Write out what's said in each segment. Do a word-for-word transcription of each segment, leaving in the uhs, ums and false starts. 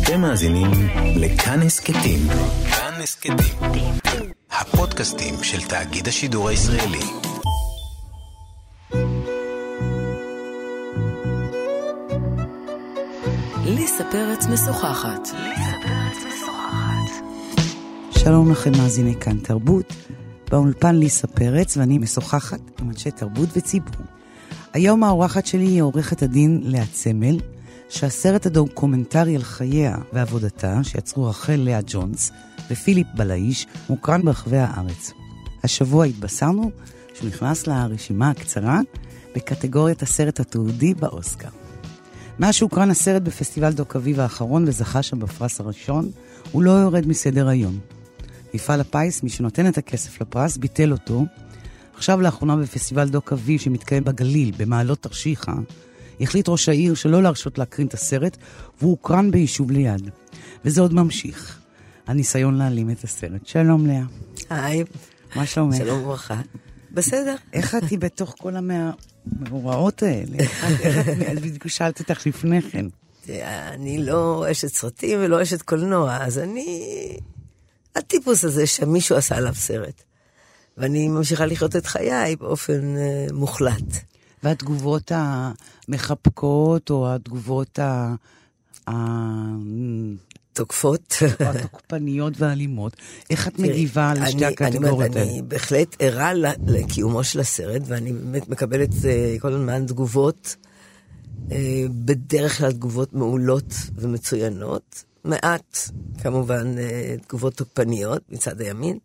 אתם מאזינים לכאן הסקטים. כאן הסקטים. הפודקאסטים של תאגיד השידור הישראלי. ליסה פרץ משוחחת. ליסה פרץ משוחחת. שלום לכם מאזיני כאן תרבות. באולפן ליסה פרץ ואני משוחחת עם אנשי תרבות וציבור. היום האורחת שלי היא עורכת הדין לאה צמל, שהסרט הדוקומנטרי על חייה ועבודתה שיצרו רחל לאה ג'ונס ופיליפ בלאיש מוקרן ברחבי הארץ. השבוע התבשרנו שהוא נכנס לרשימה הקצרה בקטגוריית הסרט התיעודי באוסקר. מאז שהוקרן הסרט בפסטיבל דוק אביב האחרון וזכה שם בפרס הראשון, הוא לא יורד מסדר היום. מפעל הפיס, מי שנותן את הכסף לפרס, ביטל אותו. עכשיו לאחרונה בפסטיבל דוק אביב שמתקיים בגליל, במעלות תרשיחא, החליט ראש העיר שלא להרשות להקרין את הסרט, והוא הוקרן ביישוב ליד. וזה עוד ממשיך. הניסיון להעלים את הסרט. שלום לאה. היי. מה שלומך? שלום וברכה. בסדר. איך את בתוך כל המאורעות האלה? איך את בדיוק שאלת אותך לפני כן? אני לא אשת סרטים ולא אשת קולנוע, אז אני... הטיפוס הזה שמישהו עשה עליו סרט. ואני ממשיכה לחיות את חיי באופן uh, מוחלט. והתגובות המחבקות, או התגובות ה... תוקפות. התוקפניות והאלימות. איך את מגיבה לשתי הקטגוריות האלה? אני בהחלט ערה לקיומו של הסרט, ואני באמת מקבלת כל הזמן תגובות, בדרך כלל תגובות מעולות ומצוינות. מעט, כמובן, תגובות תוקפניות מצד הימין.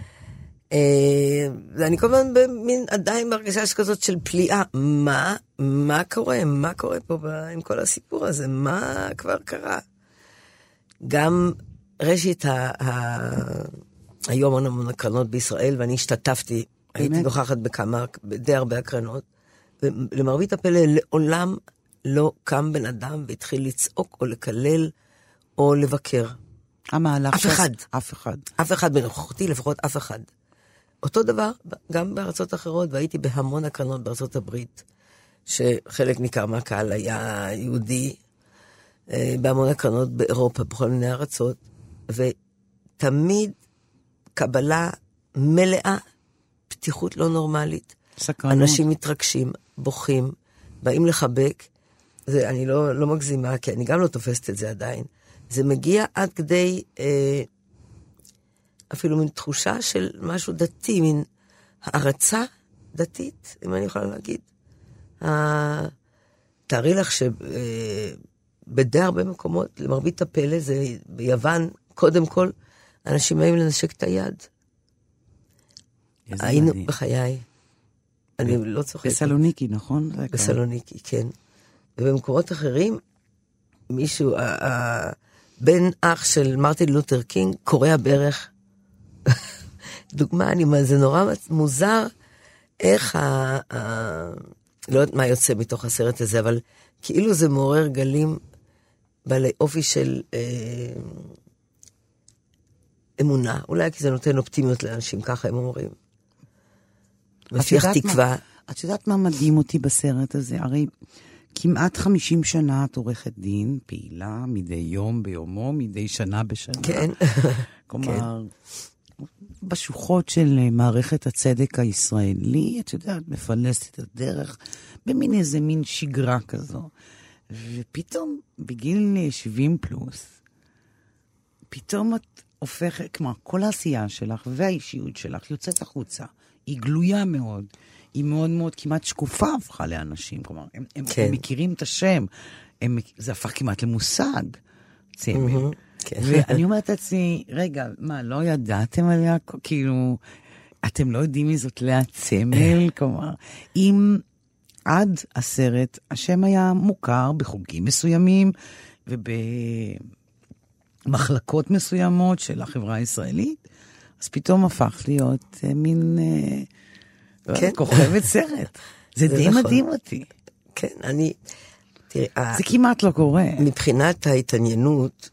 ואני כל הזמן במין עדיין בהרגשה כזאת של פליאה. מה? מה קורה? מה קורה פה עם כל הסיפור הזה? מה כבר קרה? גם ראשית, היום המון המון הקרנות בישראל, ואני השתתפתי, הייתי נוכחת בכמה, די הרבה הקרנות, ולמרבית הפלא, לעולם לא קם בן אדם והתחיל לצעוק או לקלל או לבקר. המהלך אף אחד. אף אחד. אף אחד בנוכחתי, לפחות אף אחד. אותו דבר, גם בארצות אחרות, והייתי בהמון הקרנות בארצות הברית, שחלק ניכר מהקהל היה יהודי, בהמון הקרנות באירופה, בכל מיני ארצות, ותמיד קבלה מלאה, פתיחות לא נורמלית. סקרנות. אנשים מתרגשים, בוכים, באים לחבק, זה, אני לא, לא מגזימה, כי אני גם לא תופסת את זה עדיין. זה מגיע עד כדי אה, אפילו מין תחושה של משהו דתי, מין הערצה דתית, אם אני יכולה להגיד. אה, תארי לך ש... אה, בדי הרבה מקומות, למרבית הפלא, זה ביוון, קודם כל, אנשים באים לנשק את היד. היינו מדהים. בחיי. אני לא צוחקת. בסלוניקי, נכון? בסלוניקי, כן. ובמקומות אחרים, מישהו, בן אח של מרטין לותר קינג, קורע ברך. דוגמה, אני, זה נורא מוזר, איך ה... לא יודעת מה יוצא מתוך הסרט הזה, אבל כאילו זה מעורר גלים בעלי אופי של אה, אמונה. אולי כי זה נותן אופטימיות לאנשים, ככה הם אומרים. מפיח תקווה. מה, את יודעת מה מדהים אותי בסרט הזה? הרי כמעט חמישים שנה את עורכת דין, פעילה, מדי יום ביומו, מדי שנה בשנה. כן. כלומר... כן. בשוחות של מערכת הצדק הישראלי, את יודעת, מפלסת את הדרך, במין איזה מין שגרה כזו. ופתאום, בגיל שבעים פלוס, פתאום את הופכת, כמו כל העשייה שלך והאישיות שלך יוצאת החוצה. היא גלויה מאוד. היא מאוד מאוד כמעט שקופה הפכה לאנשים. כלומר, הם, הם, כן. הם מכירים את השם. הם, זה הפך כמעט למושג. צמל. Mm-hmm. כן. ואני אומרת לעצמי, רגע, מה, לא ידעתם עליה? כאילו, אתם לא יודעים מי זאת לאה צמל? כלומר, אם עד הסרט, השם היה מוכר בחוגים מסוימים, ובמחלקות מסוימות של החברה הישראלית, אז פתאום הפך להיות מין כן. כוכבת סרט. זה, זה די נכון. מדהים אותי. כן, אני... זה כמעט לא קורה. מבחינת ההתעניינות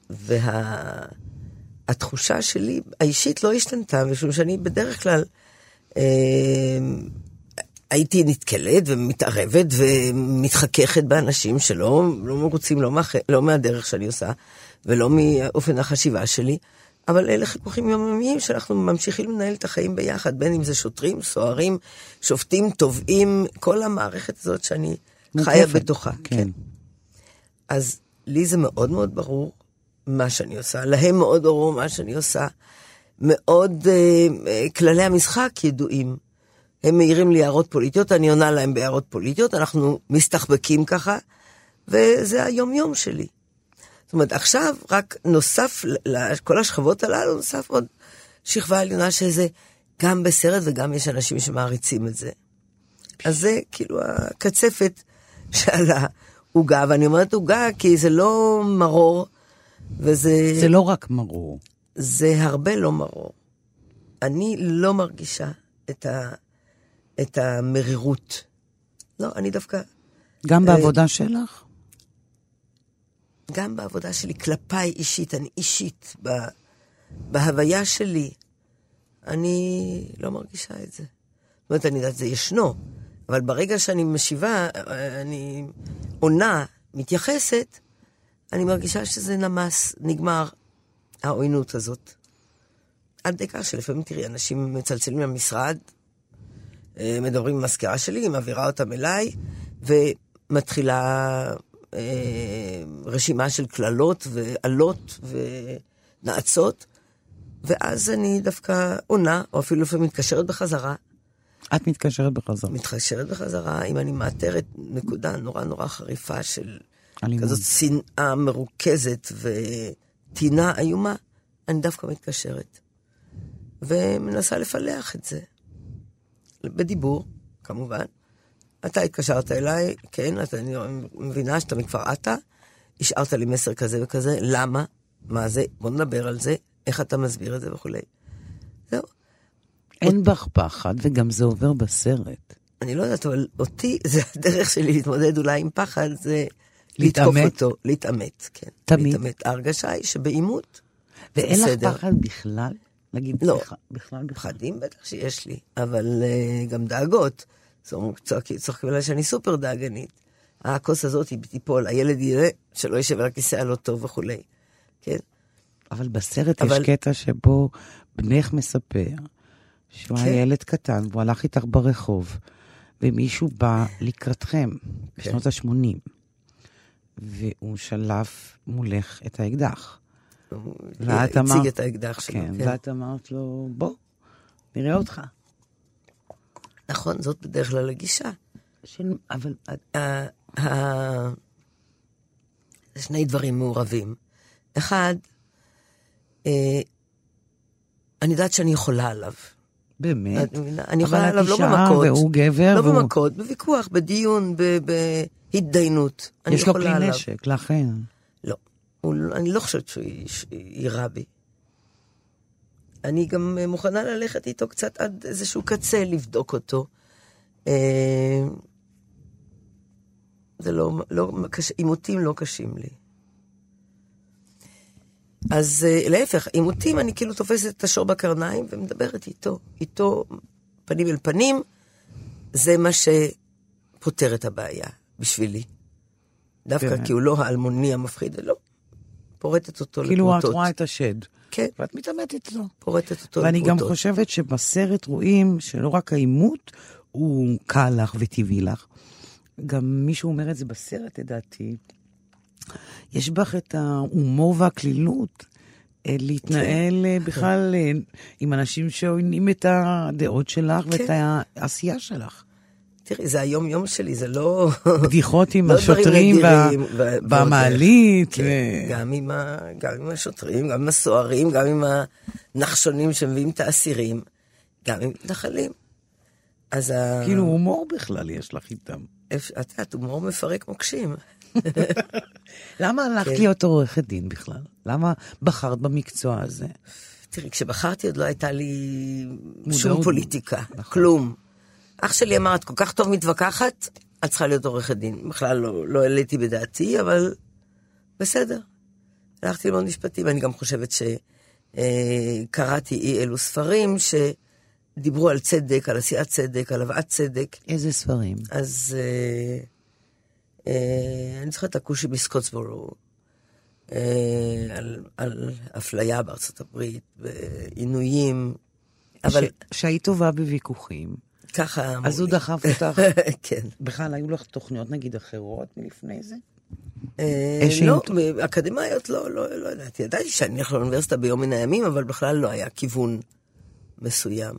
והתחושה שלי האישית לא השתנתה, משום שאני בדרך כלל, הייתי נתקלת ומתערבת ומתחככת באנשים שלא לא רוצים לא, מה, לא מהדרך שאני עושה, ולא מאופן החשיבה שלי, אבל אלה חיכוכים יומיומיים שאנחנו ממשיכים לנהל את החיים ביחד, בין אם זה שוטרים, סוהרים, שופטים, תובעים, כל המערכת הזאת שאני מוקפת, חיה בתוכה. כן. כן. אז לי זה מאוד מאוד ברור מה שאני עושה, להם מאוד ברור מה שאני עושה, מאוד אה, כללי המשחק ידועים. הם מעירים לי הערות פוליטיות, אני עונה להם בהערות פוליטיות, אנחנו מסתחבקים ככה, וזה היום יום שלי. זאת אומרת, עכשיו רק נוסף לכל השכבות הללו, נוסף עוד שכבה עליונה שזה גם בסרט וגם יש אנשים שמעריצים את זה. אז זה כאילו הקצפת שעל העוגה, ואני אומרת עוגה כי זה לא מרור, וזה... זה לא רק מרור. זה הרבה לא מרור. אני לא מרגישה את ה... את המרירות. לא, אני דווקא... גם בעבודה שלך? גם בעבודה שלי, כלפיי אישית, אני אישית, בה, בהוויה שלי, אני לא מרגישה את זה. זאת אומרת, אני יודעת, זה ישנו, אבל ברגע שאני משיבה, אני עונה, מתייחסת, אני מרגישה שזה נמס, נגמר העוינות הזאת. עד דקה שלפעמים תראי, אנשים מצלצלים למשרד, מדברים עם מזכירה שלי, היא מעבירה אותם אליי, ומתחילה אה, רשימה של כללות ועלות ונעצות, ואז אני דווקא עונה, או אפילו לפעמים מתקשרת בחזרה. את מתקשרת בחזרה? מתקשרת בחזרה, אם אני מאתרת נקודה נורא נורא חריפה של אלימות. כזאת שנאה מרוכזת וטינה איומה, אני דווקא מתקשרת. ומנסה לפלח את זה. בדיבור, כמובן. אתה התקשרת אליי, כן, אתה, אני מבינה שאתה מכפר אתה, השארת לי מסר כזה וכזה, למה? מה זה? בוא נדבר על זה, איך אתה מסביר את זה וכו'. זהו. אין בך פחד, וגם זה עובר בסרט. אני לא יודעת, אבל אותי, זה הדרך שלי להתמודד אולי עם פחד, זה לתקוף אותו, להתאמת, כן. תמיד. להתאמת. ההרגשה היא שבאימות, ואין לך פחד בכלל? להגיד, לא, בכלל, פחדים בטח שיש לי, אבל uh, גם דאגות. צוחקים עליי שאני סופר דאגנית. הכוס הזאת היא תיפול, הילד יראה שלא יישב על הכיסא הלא טוב וכו'. כן? אבל בסרט אבל... יש קטע שבו בנך מספר שהוא כן. היה ילד קטן, והוא הלך איתך ברחוב, ומישהו בא לקראתכם, כן. בשנות ה-שמונים, והוא שלף מולך את האקדח. ואת אמרת... הציג את האקדח שלו. כן, כן. ואת אמרת לו, בוא, נראה אותך. נכון, זאת בדרך כלל הגישה. של... אבל... שני דברים מעורבים. אחד, אני יודעת שאני יכולה עליו. באמת? אני יכולה עליו לא במכות. והוא גבר. לא במכות, בוויכוח, בדיון, בהתדיינות. יש לו כלי נשק, לכן. לא. אני לא חושבת שהוא יירה בי. אני גם מוכנה ללכת איתו קצת עד איזשהו קצה, לבדוק אותו. זה לא, לא, אימותים לא קשים לי. אז להפך, אימותים אני כאילו תופסת את השור בקרניים ומדברת איתו. איתו פנים אל פנים, זה מה שפותר את הבעיה בשבילי. דווקא כי הוא לא האלמוני המפחיד, לא. פורטת אותו לפרוטות. כאילו את רואה את השד. כן. ואת מתאמתת לו. פורטת אותו לפרוטות. ואני גם חושבת שבסרט רואים שלא רק האימות הוא קל לך וטבעי לך. גם מישהו אומר את זה בסרט, לדעתי. יש בך את ההומור והכלילות, להתנהל בכלל עם אנשים שעוינים את הדעות שלך ואת העשייה שלך. תראי, זה היום יום שלי, זה לא... בדיחות עם השוטרים במעלית. גם עם השוטרים, גם עם הסוהרים, גם עם הנחשונים שמביאים את האסירים, גם עם נחלים. כאילו הומור בכלל יש לך איתם. את יודעת, הומור מפרק מוקשים. למה הלכת להיות עורכת דין בכלל? למה בחרת במקצוע הזה? תראי, כשבחרתי עוד לא הייתה לי שום פוליטיקה, כלום. אח שלי אמר, את כל כך טוב מתווכחת, את צריכה להיות עורכת דין. בכלל לא, לא העליתי בדעתי, אבל בסדר. הלכתי ללמוד משפטים, ואני גם חושבת שקראתי אי אלו ספרים דיברו על צדק, על עשיית צדק, על הבאת צדק. איזה ספרים? אז אה, אה, אני זוכרת את הכושי בסקוטסבורו, אה, על, על אפליה בארצות הברית, בעינויים, אבל... ש... שהיית טובה בוויכוחים. ככה... אז הוא דחף אותך. כן. בכלל, היו לך תוכניות נגיד אחרות מלפני זה? לא, אקדמיות לא, לא, לא ידעתי. ידעתי שאני הולך לאוניברסיטה ביום מן הימים, אבל בכלל לא היה כיוון מסוים.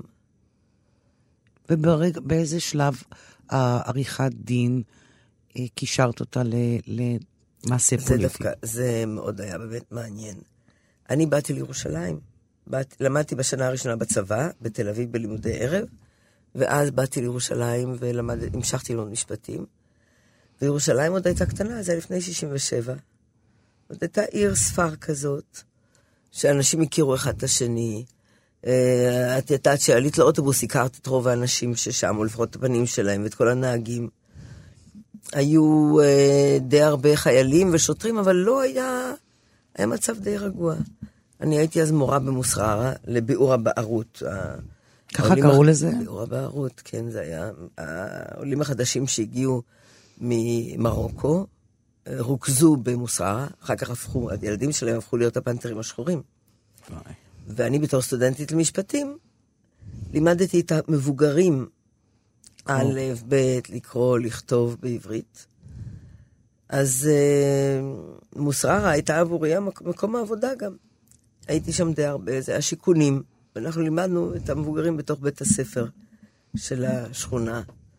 ובאיזה שלב העריכת דין קישרת אותה למעשה פוליטי? זה דווקא, זה מאוד היה באמת מעניין. אני באתי לירושלים, למדתי בשנה הראשונה בצבא, בתל אביב בלימודי ערב, ואז באתי לירושלים והמשכתי ללמוד משפטים. וירושלים עוד הייתה קטנה, זה היה לפני שישים ושבע. עוד הייתה עיר ספר כזאת, שאנשים הכירו אחד את השני. את ידעת שעלית לאוטובוס, הכרת את רוב האנשים ששם, או לפחות את הפנים שלהם, ואת כל הנהגים. היו די הרבה חיילים ושוטרים, אבל לא היה, היה מצב די רגוע. אני הייתי אז מורה במוסררה, לביאור הבערות. ככה קראו לזה? ביאור הבערות, כן, זה היה העולים החדשים שהגיעו ממרוקו, רוכזו במוסררה, אחר כך הפכו, הילדים שלהם הפכו להיות הפנתרים השחורים. ואני בתור סטודנטית למשפטים, לימדתי את המבוגרים א', ב', לקרוא, לכתוב בעברית. אז מוסררה הייתה עבורי מקום העבודה גם. הייתי שם די הרבה, זה היה שיכונים, ואנחנו לימדנו את המבוגרים בתוך בית הספר של השכונה.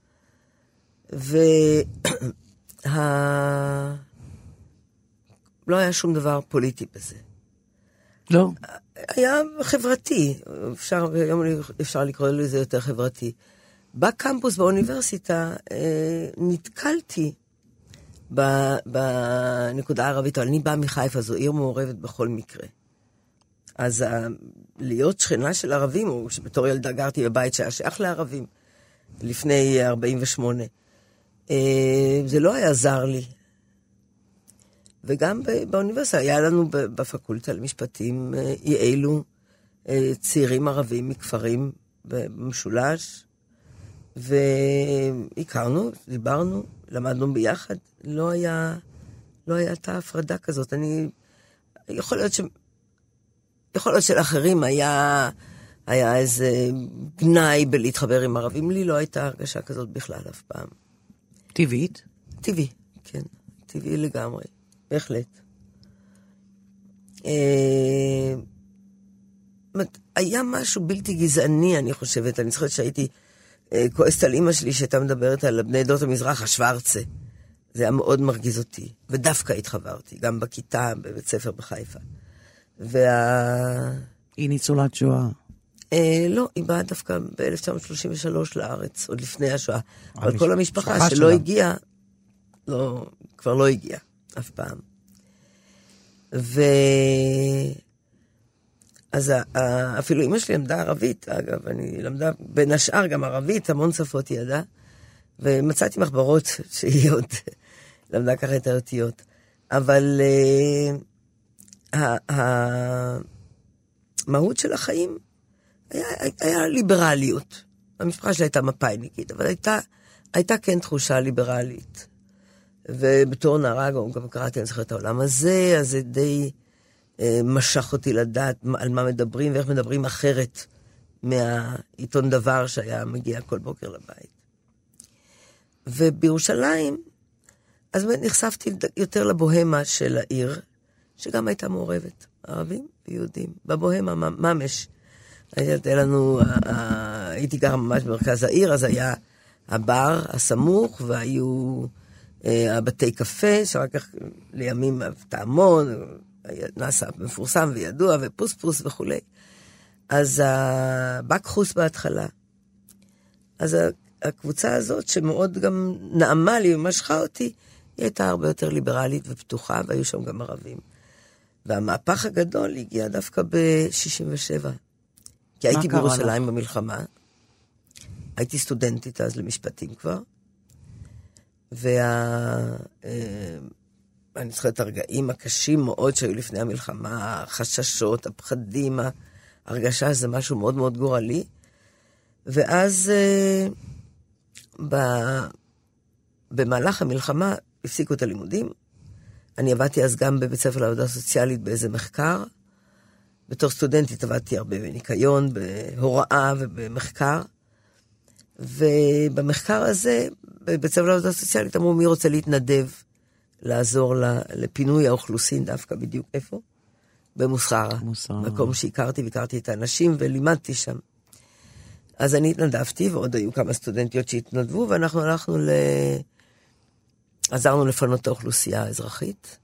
וה... לא היה שום דבר פוליטי בזה. לא. היה חברתי, אפשר, היום אפשר לקרוא לזה יותר חברתי. בקמפוס באוניברסיטה נתקלתי בנקודה הערבית, אבל אני באה מחיפה, זו עיר מעורבת בכל מקרה. אז להיות שכנה של ערבים, או שבתור ילדה גרתי בבית שהיה שייך לערבים, לפני ארבעים ושמונה, זה לא היה זר לי. וגם באוניברסיטה, היה לנו בפקולטה למשפטים אילו צעירים ערבים מכפרים במשולש, והכרנו, דיברנו, למדנו ביחד, לא היה, לא הייתה הפרדה כזאת. אני, יכול להיות ש... יכול להיות שלאחרים היה, היה איזה גנאי בלהתחבר עם ערבים, לי לא הייתה הרגשה כזאת בכלל אף פעם. טבעית? טבעי, כן, טבעי לגמרי, בהחלט. היה משהו בלתי גזעני, אני חושבת, אני זוכרת שהייתי כועסת על אמא שלי שהייתה מדברת על בני עדות המזרח, השוורצה. זה היה מאוד מרגיז אותי, ודווקא התחברתי, גם בכיתה, בבית ספר בחיפה. וה... היא ניצולת שואה. אה, לא, היא באה דווקא ב-אלף תשע מאות שלושים ושלוש לארץ, עוד לפני השואה. אבל כל המשפחה שלא הגיעה, לא, כבר לא הגיעה, אף פעם. ו... אז אפילו אמא שלי למדה ערבית, אגב, אני למדה בין השאר גם ערבית, המון שפות ידעה, ומצאתי מחברות שהיא עוד למדה ככה את האותיות. אבל המהות של החיים היה, היה ליברליות. המשפחה שלה הייתה מפאיניקית, אבל הייתה, הייתה כן תחושה ליברלית. ובתור נערה גם קראתי, אני זוכרת את העולם הזה, אז זה די... משך אותי לדעת על מה מדברים ואיך מדברים אחרת מהעיתון דבר שהיה מגיע כל בוקר לבית. ובירושלים, אז נחשפתי יותר לבוהמה של העיר, שגם הייתה מעורבת, ערבים ויהודים. בבוהמה ממש. היה לנו, הייתי גרה ממש במרכז העיר, אז היה הבר הסמוך, והיו הבתי קפה, שרק כך לימים טעמון, נעשה מפורסם וידוע, ופוספוס וכו'. אז הבקחוס בהתחלה. אז הקבוצה הזאת, שמאוד גם נעמה לי ומשכה אותי, היא הייתה הרבה יותר ליברלית ופתוחה, והיו שם גם ערבים. והמהפך הגדול הגיע דווקא ב-שישים ושבע. כי הייתי בירושלים במלחמה. הייתי סטודנטית אז למשפטים כבר. וה... אני זוכרת את הרגעים הקשים מאוד שהיו לפני המלחמה, החששות, הפחדים, ההרגשה שזה משהו מאוד מאוד גורלי. ואז ב... במהלך המלחמה הפסיקו את הלימודים. אני עבדתי אז גם בבית ספר לעבודה סוציאלית באיזה מחקר. בתור סטודנטית עבדתי הרבה בניקיון, בהוראה ובמחקר. ובמחקר הזה, בבית ספר לעבודה סוציאלית, אמרו מי רוצה להתנדב, לעזור לפינוי האוכלוסין, דווקא בדיוק איפה? במוסחרה. מקום שהכרתי והכרתי את האנשים ולימדתי שם. אז אני התנדבתי, ועוד היו כמה סטודנטיות שהתנדבו, ואנחנו הלכנו ל... עזרנו לפנות את האוכלוסייה האזרחית.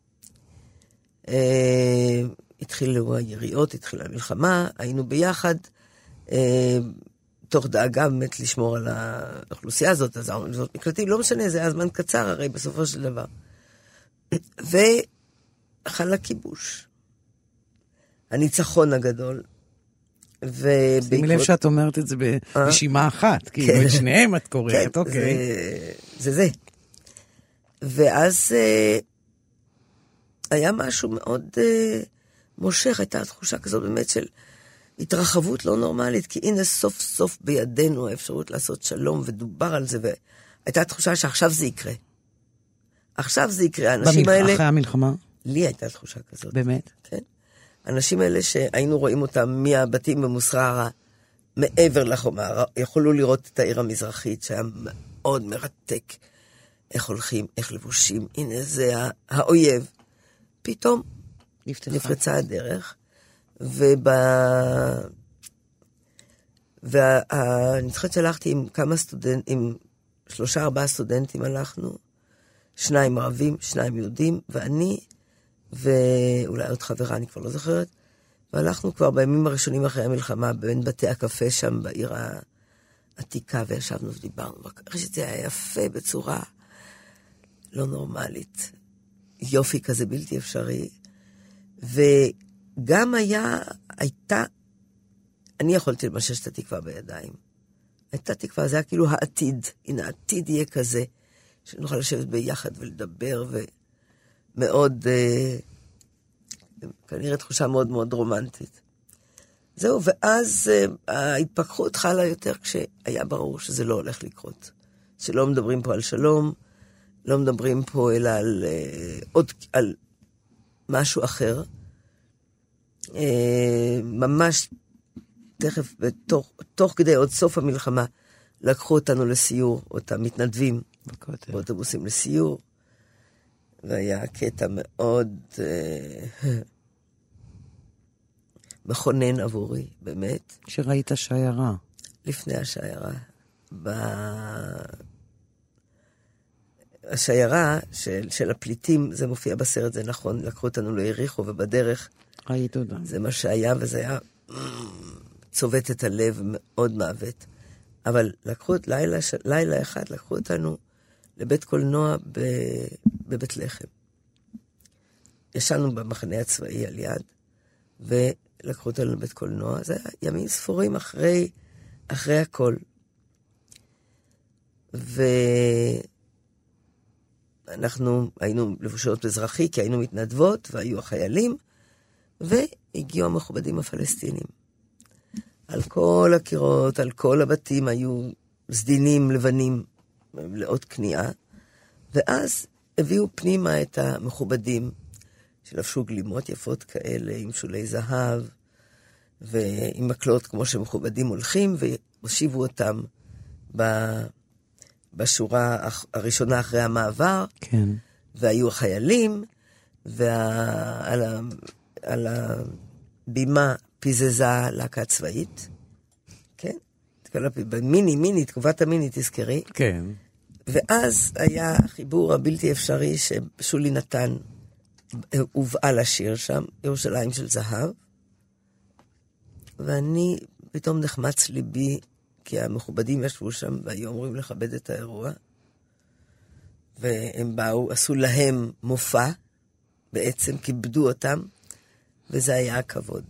אה, התחילו היריות, התחילה המלחמה, היינו ביחד, אה, תוך דאגה באמת לשמור על האוכלוסייה הזאת, עזרנו לזאת מקלטים, לא משנה, זה היה זמן קצר הרי בסופו של דבר. וחל הכיבוש. הניצחון הגדול. שימי לב שאת אומרת את זה בנשימה אחת, כאילו את שניהם את קוראת, אוקיי. זה זה. ואז היה משהו מאוד מושך, הייתה תחושה כזאת באמת של התרחבות לא נורמלית, כי הנה סוף סוף בידינו האפשרות לעשות שלום, ודובר על זה, והייתה תחושה שעכשיו זה יקרה. עכשיו זה יקרה, האנשים האלה... אחרי המלחמה? לי הייתה תחושה כזאת. באמת? כן. האנשים האלה שהיינו רואים אותם מהבתים במוסררה, מעבר לחומה, יכולו לראות את העיר המזרחית, שהיה מאוד מרתק. איך הולכים, איך לבושים, הנה זה האויב. פתאום נפרצה הדרך, וב... ואני זוכרת שהלכתי עם כמה סטודנטים, עם שלושה ארבעה סטודנטים הלכנו, שניים ערבים, שניים יהודים, ואני, ואולי עוד חברה, אני כבר לא זוכרת, והלכנו כבר בימים הראשונים אחרי המלחמה, בין בתי הקפה שם בעיר העתיקה, וישבנו ודיברנו, ראשית זה היה יפה בצורה לא נורמלית, יופי כזה בלתי אפשרי, וגם היה, הייתה, אני יכולתי למשש את התקווה בידיים, הייתה תקווה, זה היה כאילו העתיד, הנה העתיד יהיה כזה, שנוכל לשבת ביחד ולדבר, ומאוד, אה, כנראה תחושה מאוד מאוד רומנטית. זהו, ואז אה, ההתפכחות חלה יותר כשהיה ברור שזה לא הולך לקרות. שלא מדברים פה על שלום, לא מדברים פה אלא על, אה, עוד, על משהו אחר. אה, ממש תכף, בתוך, תוך כדי עוד סוף המלחמה, לקחו אותנו לסיור, אותם מתנדבים, באוטובוסים לסיור, והיה קטע מאוד אה, מכונן עבורי, באמת. שראית שיירה. לפני השיירה. ב... השיירה של, של הפליטים, זה מופיע בסרט, זה נכון, לקחו אותנו ליריחו ובדרך. ראית אותה. זה מה שהיה, וזה היה צובט את הלב, מאוד מעוות. אבל לקחו את לילה, לילה אחד, לקחו אותנו לבית קולנוע ב, בבית לחם. ישנו במחנה הצבאי על יד, ולקחו אותנו לבית קולנוע. זה היה ימים ספורים אחרי, אחרי הכל. ואנחנו היינו לבושות אזרחי, כי היינו מתנדבות, והיו החיילים, והגיעו המכובדים הפלסטינים. על כל הקירות, על כל הבתים היו סדינים לבנים לאות כניעה, ואז הביאו פנימה את המכובדים, שלבשו גלימות יפות כאלה, עם שולי זהב, ועם מקלות כמו שמכובדים הולכים, והושיבו אותם בשורה הראשונה אחרי המעבר, כן. והיו החיילים, ועל ה... על הבימה פיזזה להקה צבאית, כן? מיני, מיני, תקופת המיני, תזכרי. כן. ואז היה החיבור הבלתי אפשרי ששולי נתן, הובאה לשיר שם, ירושלים של זהב, ואני פתאום נחמץ ליבי, כי המכובדים ישבו שם, והיו אמורים לכבד את האירוע, והם באו, עשו להם מופע, בעצם כיבדו אותם, וזה היה הכבוד.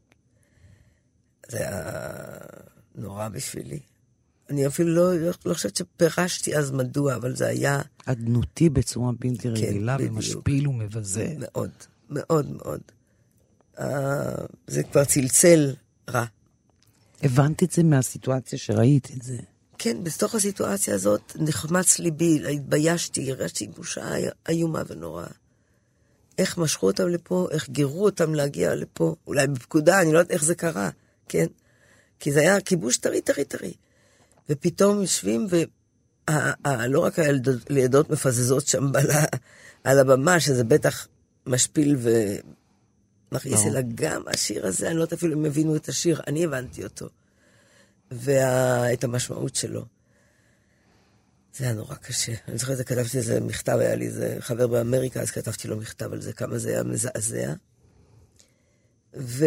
זה היה נורא בשבילי. אני אפילו לא, לא חושבת שפרשתי אז מדוע, אבל זה היה... עדנותי בצורה בלתי רגילה, כן, ומשפיל ומבזה. מאוד, מאוד מאוד. Uh, זה כבר צלצל רע. הבנת את זה מהסיטואציה שראית את זה. כן, בתוך הסיטואציה הזאת נחמץ ליבי, התביישתי, הרגשתי בושה איומה ונוראה. איך משכו אותם לפה, איך גירו אותם להגיע לפה, אולי בפקודה, אני לא יודעת איך זה קרה, כן? כי זה היה כיבוש טרי, טרי, טרי. ופתאום יושבים, ולא רק הלידות מפזזות שם בלה, על הבמה, שזה בטח משפיל ומכעיס, אלא גם השיר הזה, אני לא יודעת אפילו אם הבינו את השיר, אני הבנתי אותו. ואת המשמעות שלו. זה היה נורא קשה. אני זוכרת, זה כתבתי איזה מכתב, היה לי איזה חבר באמריקה, אז כתבתי לו מכתב על זה, כמה זה היה מזעזע. ו...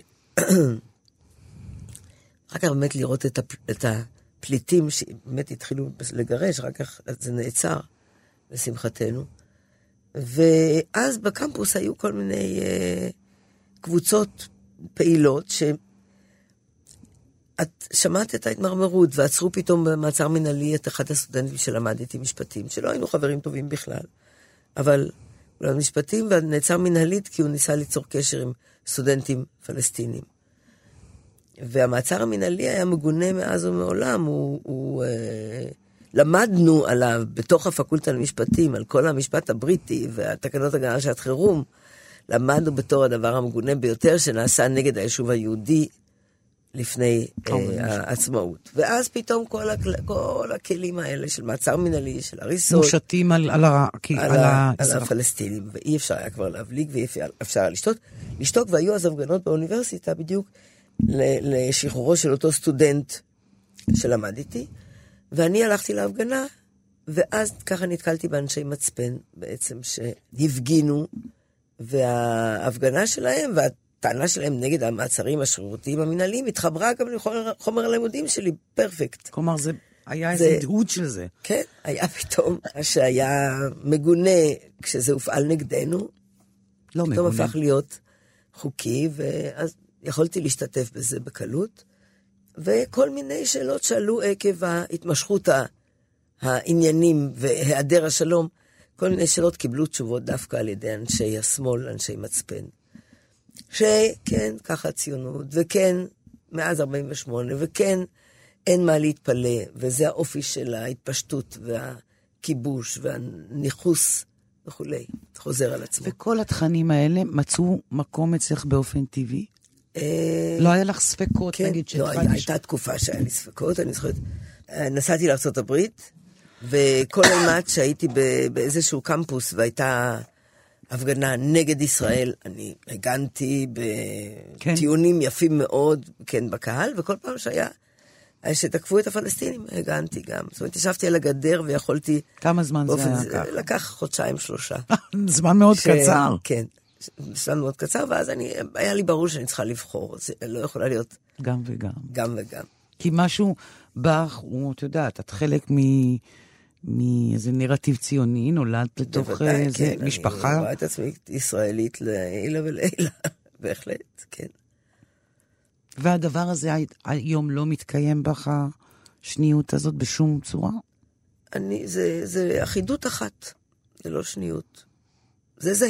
רק כך באמת לראות את, הפ... את הפליטים שבאמת התחילו לגרש, רק כך זה נעצר, לשמחתנו. ואז בקמפוס היו כל מיני uh, קבוצות פעילות ש... את שמעת את ההתמרמרות, ועצרו פתאום במעצר מנהלי את אחד הסטודנטים שלמדתי משפטים, שלא היינו חברים טובים בכלל, אבל הוא למד משפטים, ונעצר מנהלית כי הוא ניסה ליצור קשר עם סטודנטים פלסטינים. והמעצר המנהלי היה מגונה מאז ומעולם, הוא, הוא אה, למדנו עליו בתוך הפקולטה למשפטים, על כל המשפט הבריטי והתקנות הגנה שעת חירום, למדנו בתור הדבר המגונה ביותר שנעשה נגד היישוב היהודי, לפני העצמאות. ואז פתאום כל הכלים האלה של מעצר מנהלי, של הריסות, מושתים על הפלסטינים, ואי אפשר היה כבר להבליג, ואי אפשר היה לשתות. לשתוק, והיו אז הפגנות באוניברסיטה בדיוק לשחרורו של אותו סטודנט שלמדתי, ואני הלכתי להפגנה, ואז ככה נתקלתי באנשי מצפן בעצם שהפגינו, וההפגנה שלהם, וה הטענה שלהם נגד המעצרים השרירותיים המנהליים התחברה גם לחומר הלימודים שלי, פרפקט. כלומר, זה היה איזה דעות של זה. כן, היה פתאום, שהיה מגונה כשזה הופעל נגדנו, לא פתאום מגונה. הפך להיות חוקי, ואז יכולתי להשתתף בזה בקלות, וכל מיני שאלות שעלו עקב ההתמשכות העניינים והיעדר השלום, כל מיני שאלות קיבלו תשובות דווקא על ידי אנשי השמאל, אנשי מצפן. שכן, ככה ציונות, וכן, מאז ארבעים ושמונה, וכן, אין מה להתפלא, וזה האופי של ההתפשטות, והכיבוש, והניחוס, וכולי, חוזר על עצמו. וכל התכנים האלה מצאו מקום אצלך באופן טבעי? לא היה לך ספקות, נגיד, לא, הייתה תקופה שהיה לי ספקות, אני זוכרת, נסעתי לארצות הברית, וכל אימת שהייתי באיזשהו קמפוס, והייתה הפגנה נגד ישראל, אני הגנתי בטיעונים יפים מאוד, כן, בקהל, וכל פעם שהיה, שתקפו את הפלסטינים, הגנתי גם. זאת אומרת, ישבתי על הגדר ויכולתי... כמה זמן זה היה ככה? לקח חודשיים, שלושה. זמן מאוד קצר. כן, זמן מאוד קצר, ואז אני, היה לי ברור שאני צריכה לבחור, זה לא יכולה להיות... גם וגם. גם וגם. כי משהו בך, הוא, את יודעת, את חלק מ... מאיזה נרטיב ציוני, נולדת לתוך איזה משפחה. אני רואה את עצמי ישראלית לעילה ולעילה, בהחלט, כן. והדבר הזה היום לא מתקיים בך, השניות הזאת בשום צורה? אני, זה, זה אחידות אחת, זה לא שניות. זה זה.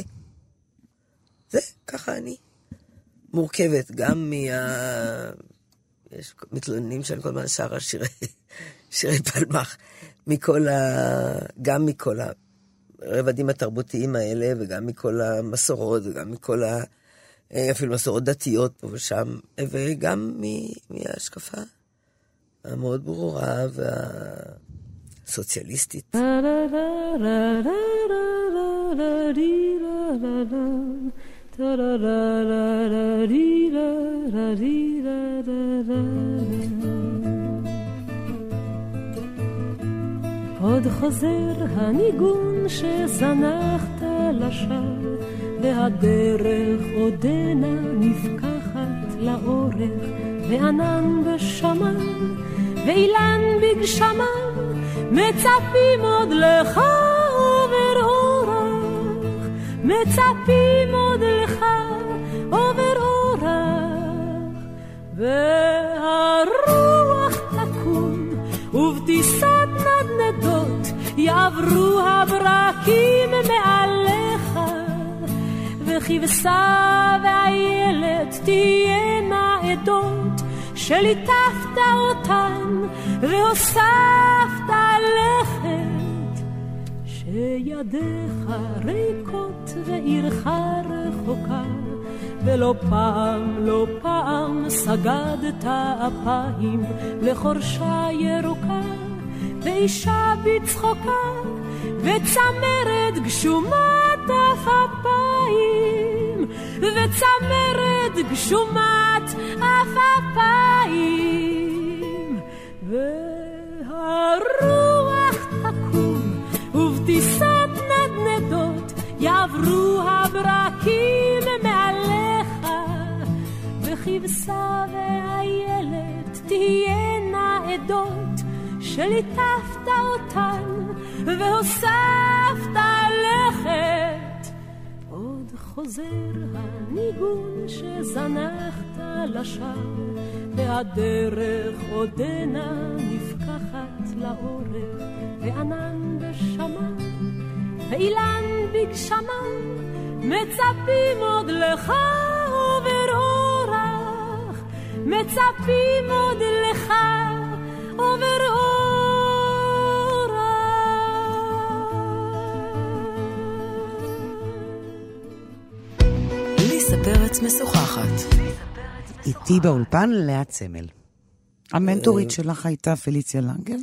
זה, ככה אני. מורכבת, גם מה... יש מתלוננים שאני כל הזמן שרה שירי, שירי פלמח, מכל ה... גם מכל הרבדים התרבותיים האלה, וגם מכל המסורות, וגם מכל ה... אפילו מסורות דתיות פה ושם, וגם מההשקפה המאוד ברורה והסוציאליסטית. עוד חוזר הניגון שזנחת לשווא, והדרך עודנה נפקחת לאורך, וענן בשמיים ואילן בגשמיו, מצפים עוד לך עובר אורח, מצפים עוד לך עובר אורח, והרוח תקום ובטיסת נדנדות יעברו הברקים מעליך, וכבשה והילד תהיינה עדות שליטפת אותן והוספת לכת, שידיך ריקות ועירך רחוקה, ולא פעם, לא פעם סגדת אפיים לחורשה ירוקה, ואישה בצחוקה וצמרת גשומת אפיים, וצמרת גשומת אפיים, והרוח תקום ובטיסות נדנדות יעברו הברקים מעליך, וכבשה ואיילת תהיינה עדות שליטפת אותן והוספת לכת. עוד חוזר הניגון שזנחת לשווא, והדרך עודנה נפקחת לאורך, וענן בשמיים ואילן בגשמיים מצפים עוד לך עובר אורח, מצפים עוד לך עובר אורח. ליסה פרץ משוחחת. איתי באולפן לאה צמל. המנטורית שלך הייתה פליציה לנגר?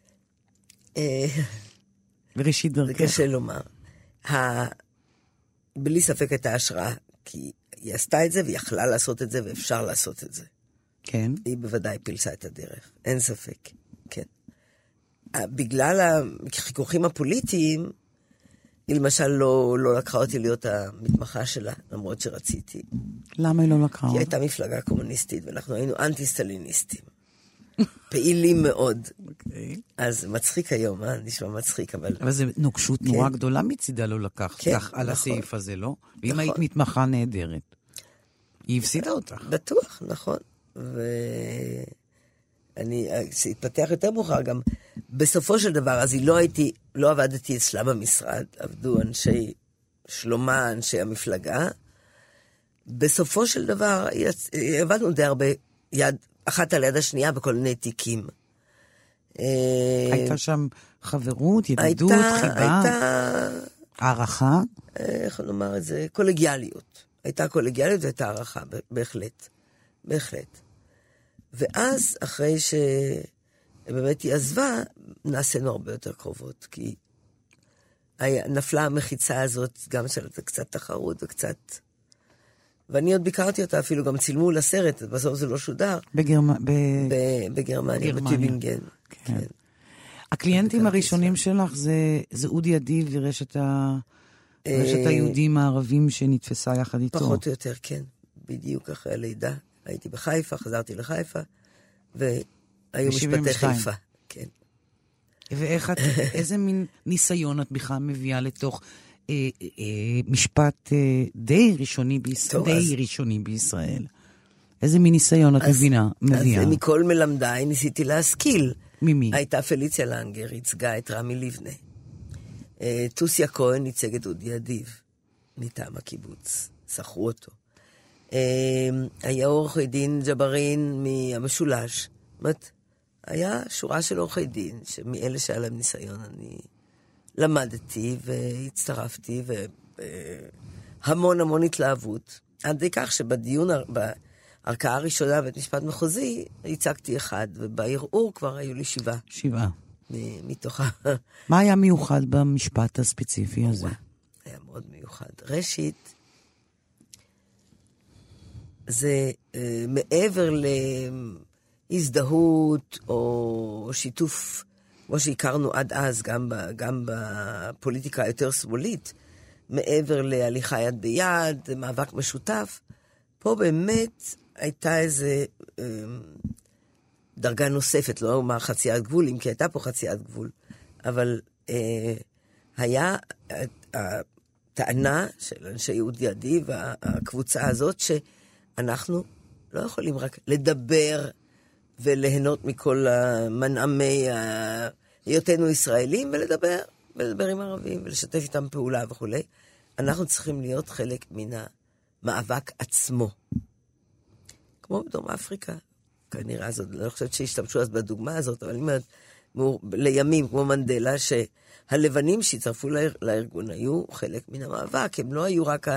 בראשית דרכך. זה קשה לומר. בלי ספק הייתה השראה, כי היא עשתה את זה והיא יכלה לעשות את זה ואפשר לעשות את זה. כן. היא בוודאי פילסה את הדרך, אין ספק, כן. בגלל החיכוכים הפוליטיים, היא למשל לא, לא לקחה אותי להיות המתמחה שלה, למרות שרציתי. למה היא לא לקחה אותי? כי הייתה מפלגה קומוניסטית, ואנחנו היינו אנטי-סטליניסטים. פעילים מאוד. אוקיי. אז מצחיק היום, אה? נשמע מצחיק, אבל... אבל זה נוקשות כן. נורא גדולה מצידה לא לקח כן, כך על נכון. הסעיף הזה, לא? ואם נכון. היית מתמחה נהדרת, היא הפסידה אותך. בטוח, נכון. ואני, שהתפתח יותר מאוחר גם, בסופו של דבר, אז היא לא הייתי, לא עבדתי אצלה במשרד, עבדו אנשי שלומה, אנשי המפלגה. בסופו של דבר, עבדנו די הרבה יד, אחת על יד השנייה בכל מיני תיקים. הייתה שם חברות, ידידות, הייתה, חיבה, הייתה, הערכה. איך נאמר את זה? קולגיאליות. הייתה קולגיאליות והייתה הערכה, בהחלט. בהחלט. ואז, אחרי שבאמת היא עזבה, נעשינו הרבה יותר קרובות, כי היה, נפלה המחיצה הזאת, גם של קצת תחרות וקצת... ואני עוד ביקרתי אותה, אפילו גם צילמו לסרט, בסוף זה לא שודר. בגרמניה. ב... בגרמניה, גרמניה. בטיבינגן. כן. כן. הקליינטים הראשונים שלך זה, זה אודי אדיב ורשת ה... רשת היהודים הערבים שנתפסה יחד איתו. פחות או יותר, כן. בדיוק אחרי הלידה. הייתי בחיפה, חזרתי לחיפה, והיו משפטי חיפה. כן. ואיך את, איזה מין ניסיון את בכלל מביאה לתוך אה, אה, משפט אה, די ראשוני בישראל, די אז... ראשוני בישראל? איזה מין ניסיון את אז, מבינה, מביאה? אז מכל מלמדיי ניסיתי להשכיל. ממי? הייתה פליציה לנגר, ייצגה את רמי לבנה. אה, טוסיה כהן ייצג את אודי אדיב, מטעם הקיבוץ. שכרו אותו. אה, היה עורכי דין ג'ברין מהמשולש. זאת אומרת, היה שורה של עורכי דין, שמאלה שהיה להם ניסיון אני למדתי והצטרפתי, והמון המון התלהבות. עד די כך שבדיון, בערכאה הראשונה בית משפט מחוזי, הצגתי אחד, ובערעור כבר היו לי שבעה. שבעה. מתוכה. מה היה מיוחד במשפט הספציפי הזה? היה מאוד מיוחד. ראשית, זה אה, מעבר ל... הזדהות או שיתוף, כמו שהכרנו עד אז, גם, ב, גם בפוליטיקה היותר שמאלית, מעבר להליכה יד ביד, מאבק משותף, פה באמת הייתה איזה אה, דרגה נוספת, לא אומר חציית גבול, אם כי הייתה פה חציית גבול, אבל אה, היה הטענה של אנשי יהודי אדיב, הקבוצה הזאת, שאנחנו לא יכולים רק לדבר וליהנות מכל המנעמי היותנו ישראלים, ולדבר, ולדבר עם ערבים, ולשתף איתם פעולה וכו'. אנחנו צריכים להיות חלק מן המאבק עצמו. כמו בדרום אפריקה, כנראה הזאת, אני לא חושבת שהשתמשו אז בדוגמה הזאת, אבל אני אומרת, לימים, כמו מנדלה, שהלבנים שהצטרפו לארגון היו חלק מן המאבק, הם לא היו רק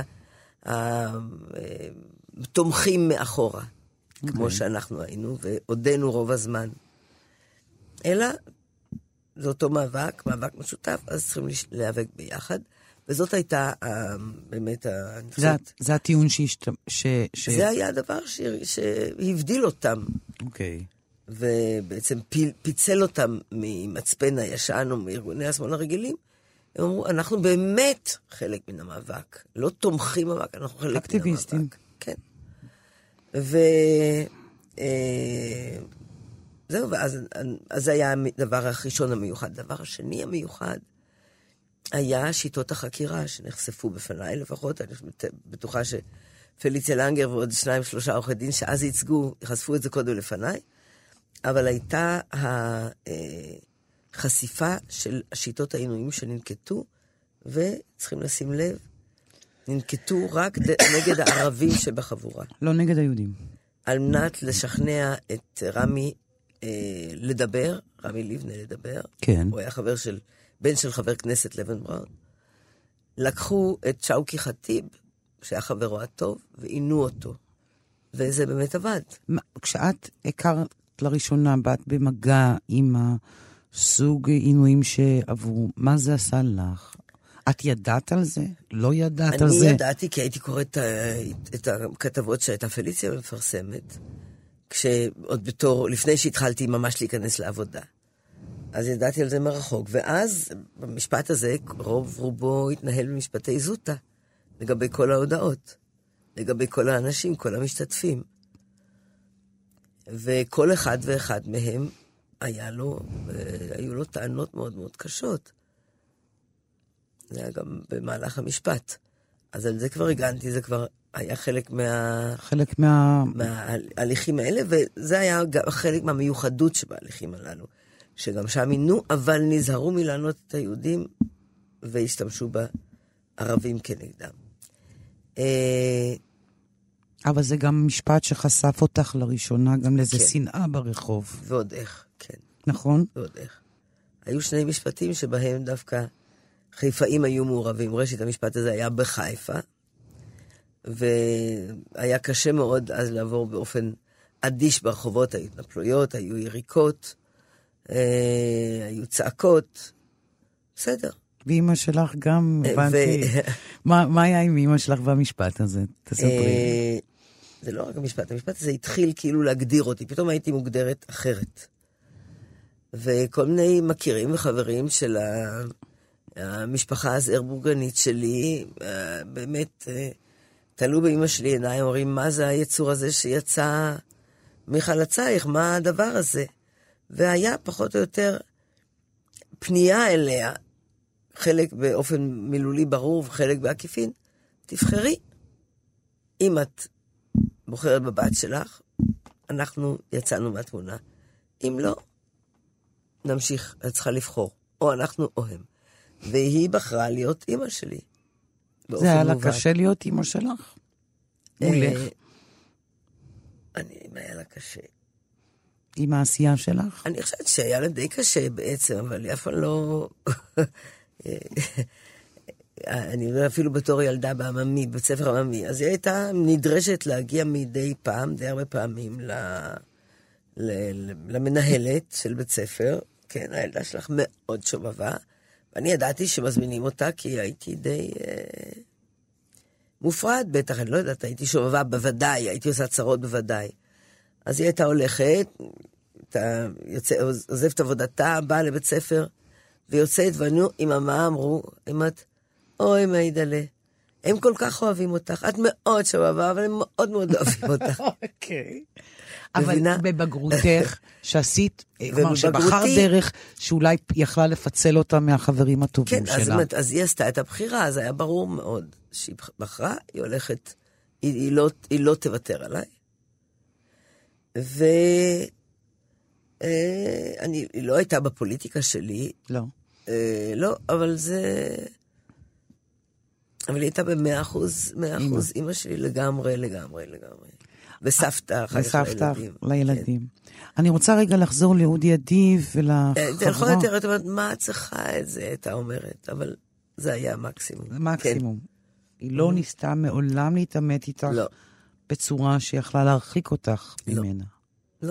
התומכים מאחורה, okay. כמו שאנחנו היינו, ועודנו רוב הזמן. אלא, זה אותו מאבק, מאבק משותף, אז צריכים להיאבק ביחד, וזאת הייתה באמת, זה, זה הטיעון שהשת... ש... ש... זה היה הדבר ש... שהבדיל אותם. אוקיי. Okay. ובעצם פיל, פיצל אותם ממצפן הישן או מארגוני השמאל הרגילים. הם אמרו, אנחנו באמת חלק מן המאבק. לא תומכים במאבק, אנחנו חלק אקטיביסטים. מן המאבק. כן. ו... אה... זהו, ואז אז זה היה הדבר הראשון המיוחד. הדבר השני המיוחד היה שיטות החקירה שנחשפו בפניי לפחות. אני בטוחה שפליציה לנגר ועוד שניים שלושה עורכי דין שאז ייצגו, יחשפו את זה קודם לפניי. אבל הייתה החשיפה של השיטות העינויים שננקטו, וצריכים לשים לב, ננקטו רק נגד הערבים שבחבורה. לא נגד היהודים. על מנת לשכנע את רמי אה, לדבר, רמי לבנה לדבר. כן. הוא היה חבר של, בן של חבר כנסת לבן בראון. לקחו את שאוקי חטיב, שהיה חברו הטוב, ועינו אותו. וזה באמת עבד. כשאת הכרת לראשונה באת במגע עם הסוג עינויים שעברו, מה זה עשה לך? את ידעת על זה? לא ידעת על זה? אני ידעתי כי הייתי קוראת את הכתבות שהייתה פליציה מפרסמת, כשעוד בתור, לפני שהתחלתי ממש להיכנס לעבודה. אז ידעתי על זה מרחוק, ואז במשפט הזה רוב רובו התנהל במשפטי זוטה, לגבי כל ההודעות, לגבי כל האנשים, כל המשתתפים. וכל אחד ואחד מהם היה לו, היו לו טענות מאוד מאוד קשות. זה היה גם במהלך המשפט. אז על זה כבר הגנתי, זה כבר היה חלק מה... חלק מה... מההליכים האלה, וזה היה גם חלק מהמיוחדות שבהליכים הללו. שגם שם עינו, אבל נזהרו מלענות את היהודים, והשתמשו בערבים כנגדם. אבל זה גם משפט שחשף אותך לראשונה, גם לזה כן. שנאה ברחוב. ועוד איך, כן. נכון? ועוד איך. היו שני משפטים שבהם דווקא חיפאים היו מעורבים. ראשית, המשפט הזה היה בחיפה, והיה קשה מאוד אז לעבור באופן אדיש ברחובות, היו התנפלויות, היו יריקות, אה, היו צעקות, בסדר. ואמא שלך גם, הבנתי. מה, מה היה עם אמא שלך במשפט הזה? תספרי. זה לא רק המשפט, המשפט הזה התחיל כאילו להגדיר אותי, פתאום הייתי מוגדרת אחרת. וכל מיני מכירים וחברים של המשפחה הזרבורגנית שלי, באמת תלו באמא שלי עיניים, אומרים, מה זה היצור הזה שיצא מחלצייך? מה הדבר הזה? והיה פחות או יותר פנייה אליה, חלק באופן מילולי ברור וחלק בעקיפין, תבחרי. אם את בוחרת בבת שלך, אנחנו יצאנו מהתמונה. אם לא, נמשיך, את צריכה לבחור. או אנחנו או הם. והיא בחרה להיות אמא שלי. זה היה לה קשה להיות אמא שלך? מולך? אני, אם היה לה קשה. עם העשייה שלך? אני חושבת שהיה לה די קשה בעצם, אבל היא אף פעם לא... אני אומר אפילו בתור ילדה בעממי, בבית ספר עממי, אז היא הייתה נדרשת להגיע מדי פעם, די הרבה פעמים, ל... ל... למנהלת של בית ספר, כן, הילדה שלך מאוד שובבה, ואני ידעתי שמזמינים אותה, כי הייתי די אה... מופרד, בטח, אני לא יודעת, הייתי שובבה בוודאי, הייתי עושה צרות בוודאי. אז היא הייתה הולכת, עוזבת עבודתה, באה לבית ספר, ויוצאת, ואנו עם המה אמרו, אמאת, אוי מעידלה, הם כל כך אוהבים אותך, את מאוד שובבה, אבל הם מאוד מאוד אוהבים אותך. אוקיי. אבל בבגרותך, שעשית, כלומר שבחר דרך, שאולי יכלה לפצל אותה מהחברים הטובים שלה. כן, אז היא עשתה את הבחירה, אז היה ברור מאוד שהיא בחרה, היא הולכת, היא לא תוותר עליי. והיא לא הייתה בפוליטיקה שלי. לא. לא, אבל זה... אבל היא הייתה במאה אחוז, מאה אחוז, אמא שלי לגמרי, לגמרי, לגמרי. וסבתא אחר כך לילדים. לילדים. כן. אני רוצה רגע לחזור לאודי אדיב ולחברה. זה יכול יותר, את אומרת, מה צריכה את זה, אתה אומרת, אבל זה היה המקסימום. מקסימום. כן. היא לא ניסתה מעולם להתאמת איתך לא. בצורה שיכלה להרחיק אותך לא. ממנה. לא.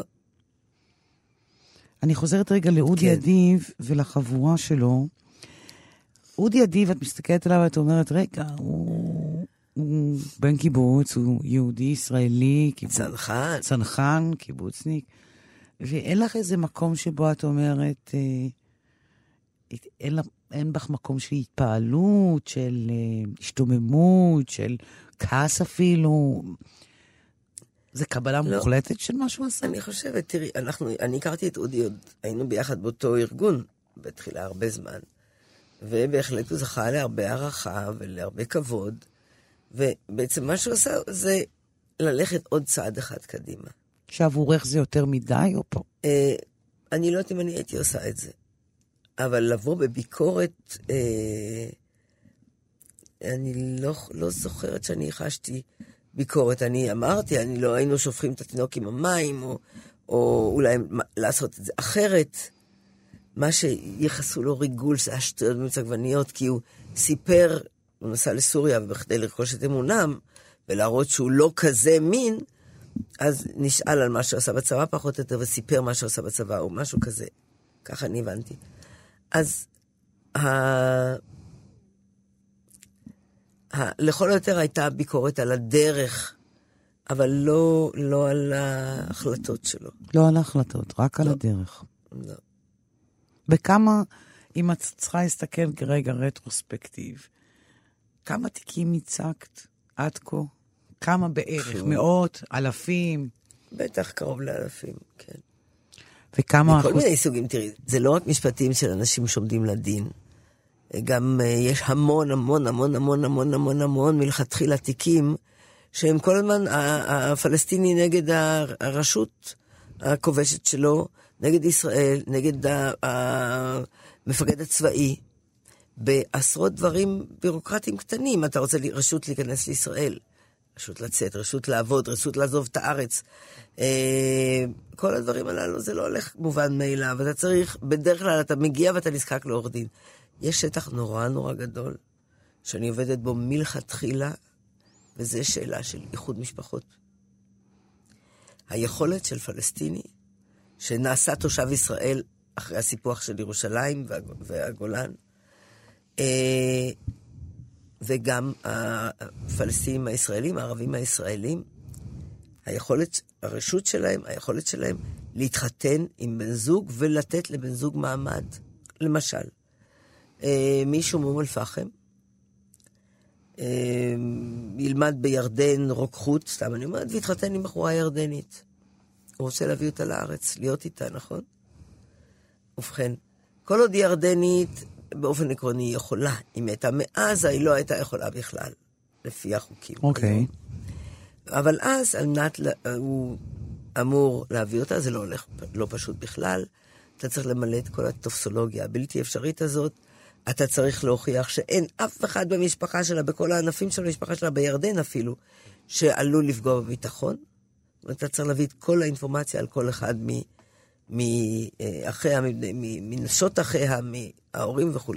אני חוזרת רגע לאודי כן. אדיב ולחבורה שלו. אודי אדיב, את מסתכלת עליו ואת אומרת, רגע, הוא, הוא בן קיבוץ, הוא יהודי ישראלי, קיבוץ, צנחן. צנחן, קיבוצניק, ואין לך איזה מקום שבו את אומרת, אה, אין, לה, אין בך מקום של התפעלות, של אה, השתוממות, של כעס אפילו. זה קבלה לא. מוחלטת של מה שהוא עשה? אני חושבת, תראי, אנחנו, אני הכרתי את אודי, עוד היינו ביחד באותו ארגון, בתחילה הרבה זמן. ובהחלט הוא זכה להרבה הערכה ולהרבה כבוד, ובעצם מה שהוא עשה זה ללכת עוד צעד אחד קדימה. שעבורך זה יותר מדי או פה? אה, אני לא יודעת אם אני הייתי עושה את זה, אבל לבוא בביקורת, אה, אני לא, לא זוכרת שאני חשתי ביקורת. אני אמרתי, אני לא היינו שופכים את התינוק עם המים, או, או אולי לעשות את זה אחרת. מה שיחסו לו ריגול, זה השטויות במצע גווניות, כי הוא סיפר, הוא נסע לסוריה, ובכדי לרכוש את אמונם, ולהראות שהוא לא כזה מין, אז נשאל על מה שהוא עשה בצבא פחות או יותר, וסיפר מה שהוא עשה בצבא, או משהו כזה. ככה אני הבנתי. אז, ה... ה... לכל היותר הייתה ביקורת על הדרך, אבל לא, לא על ההחלטות שלו. לא על ההחלטות, רק על לא. הדרך. לא. בכמה, אם את צריכה להסתכל כרגע רטרוספקטיב, כמה תיקים הצגת עד כה? כמה בערך? מאות? אלפים? בטח קרוב לאלפים, כן. וכמה מכל אחוז... מיני סוגים, תראי, זה לא רק משפטים של אנשים שעומדים לדין, גם uh, יש המון, המון, המון, המון, המון, המון, המון מלכתחילה תיקים, שהם כל הזמן, הפלסטיני נגד הרשות הכובשת שלו, נגד ישראל, נגד המפקד הצבאי, בעשרות דברים בירוקרטיים קטנים. אתה רוצה רשות להיכנס לישראל, רשות לצאת, רשות לעבוד, רשות לעזוב את הארץ. כל הדברים הללו, זה לא הולך מובן מאליו. אתה צריך, בדרך כלל אתה מגיע ואתה נזקק לעורך דין. יש שטח נורא נורא גדול, שאני עובדת בו מלכתחילה, וזה שאלה של איחוד משפחות. היכולת של פלסטיני, שנעשה תושב ישראל אחרי הסיפוח של ירושלים והגולן, וגם הפלסטינים הישראלים, הערבים הישראלים, היכולת, הרשות שלהם, היכולת שלהם להתחתן עם בן זוג ולתת לבן זוג מעמד. למשל, מישהו מאום אל-פחם, ילמד בירדן רוקחות, סתם אני אומרת, והתחתן עם בחורה ירדנית. הוא רוצה להביא אותה לארץ, להיות איתה, נכון? ובכן, כל עוד ירדנית, באופן עקרוני, יכולה. אם הייתה מעזה, היא לא הייתה יכולה בכלל, לפי החוקים. אוקיי. אבל אז, על מנת, הוא אמור להביא אותה, זה לא הולך, לא פשוט בכלל. אתה צריך למלא את כל הטופסולוגיה הבלתי אפשרית הזאת. אתה צריך להוכיח שאין אף אחד במשפחה שלה, בכל הענפים של המשפחה שלה, בירדן אפילו, שעלול לפגוע בביטחון. אתה צריך להביא את כל האינפורמציה על כל אחד מאחיה, מנשות אחיה, מההורים וכו'.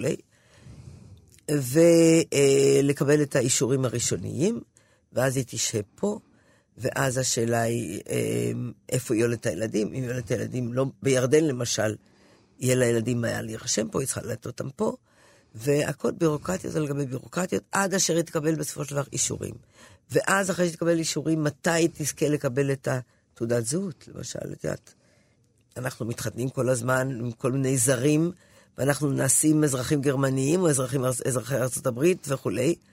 ולקבל את האישורים הראשוניים, ואז היא תשהה פה, ואז השאלה היא איפה יולד את הילדים. אם יולד את הילדים, לא, בירדן למשל, יהיה לילדים מה להירשם פה, היא צריכה לתת אותם פה, והכל בירוקרטיות על גבי בירוקרטיות, עד אשר היא תקבל בסופו של דבר אישורים. ואז אחרי שתקבל אישורים, מתי היא תזכה לקבל את תעודת זהות, למשל, את יודעת. אנחנו מתחתנים כל הזמן עם כל מיני זרים, ואנחנו נעשים אזרחים גרמניים, או אזרחים, אזרחי ארצות הברית וכו'.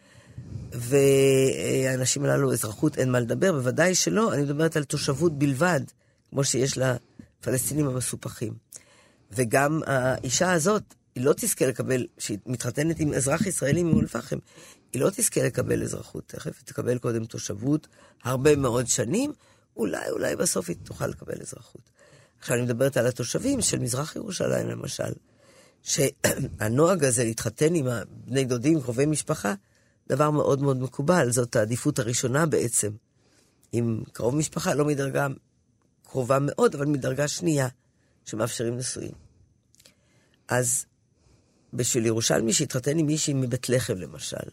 והאנשים הללו, אזרחות אין מה לדבר, בוודאי שלא, אני מדברת על תושבות בלבד, כמו שיש לפלסטינים המסופחים. וגם האישה הזאת, היא לא תזכה לקבל, שהיא מתחתנת עם אזרח ישראלי מאום אל-פחם, היא לא תזכה לקבל אזרחות תכף, היא תקבל קודם תושבות הרבה מאוד שנים, אולי, אולי בסוף היא תוכל לקבל אזרחות. עכשיו אני מדברת על התושבים של מזרח ירושלים למשל, שהנוהג הזה להתחתן עם בני דודים, קרובי משפחה, דבר מאוד מאוד מקובל, זאת העדיפות הראשונה בעצם. עם קרוב משפחה, לא מדרגה קרובה מאוד, אבל מדרגה שנייה, שמאפשרים נישואים. אז בשביל ירושלמי שהתחתן עם מישהי מבית לחם, למשל,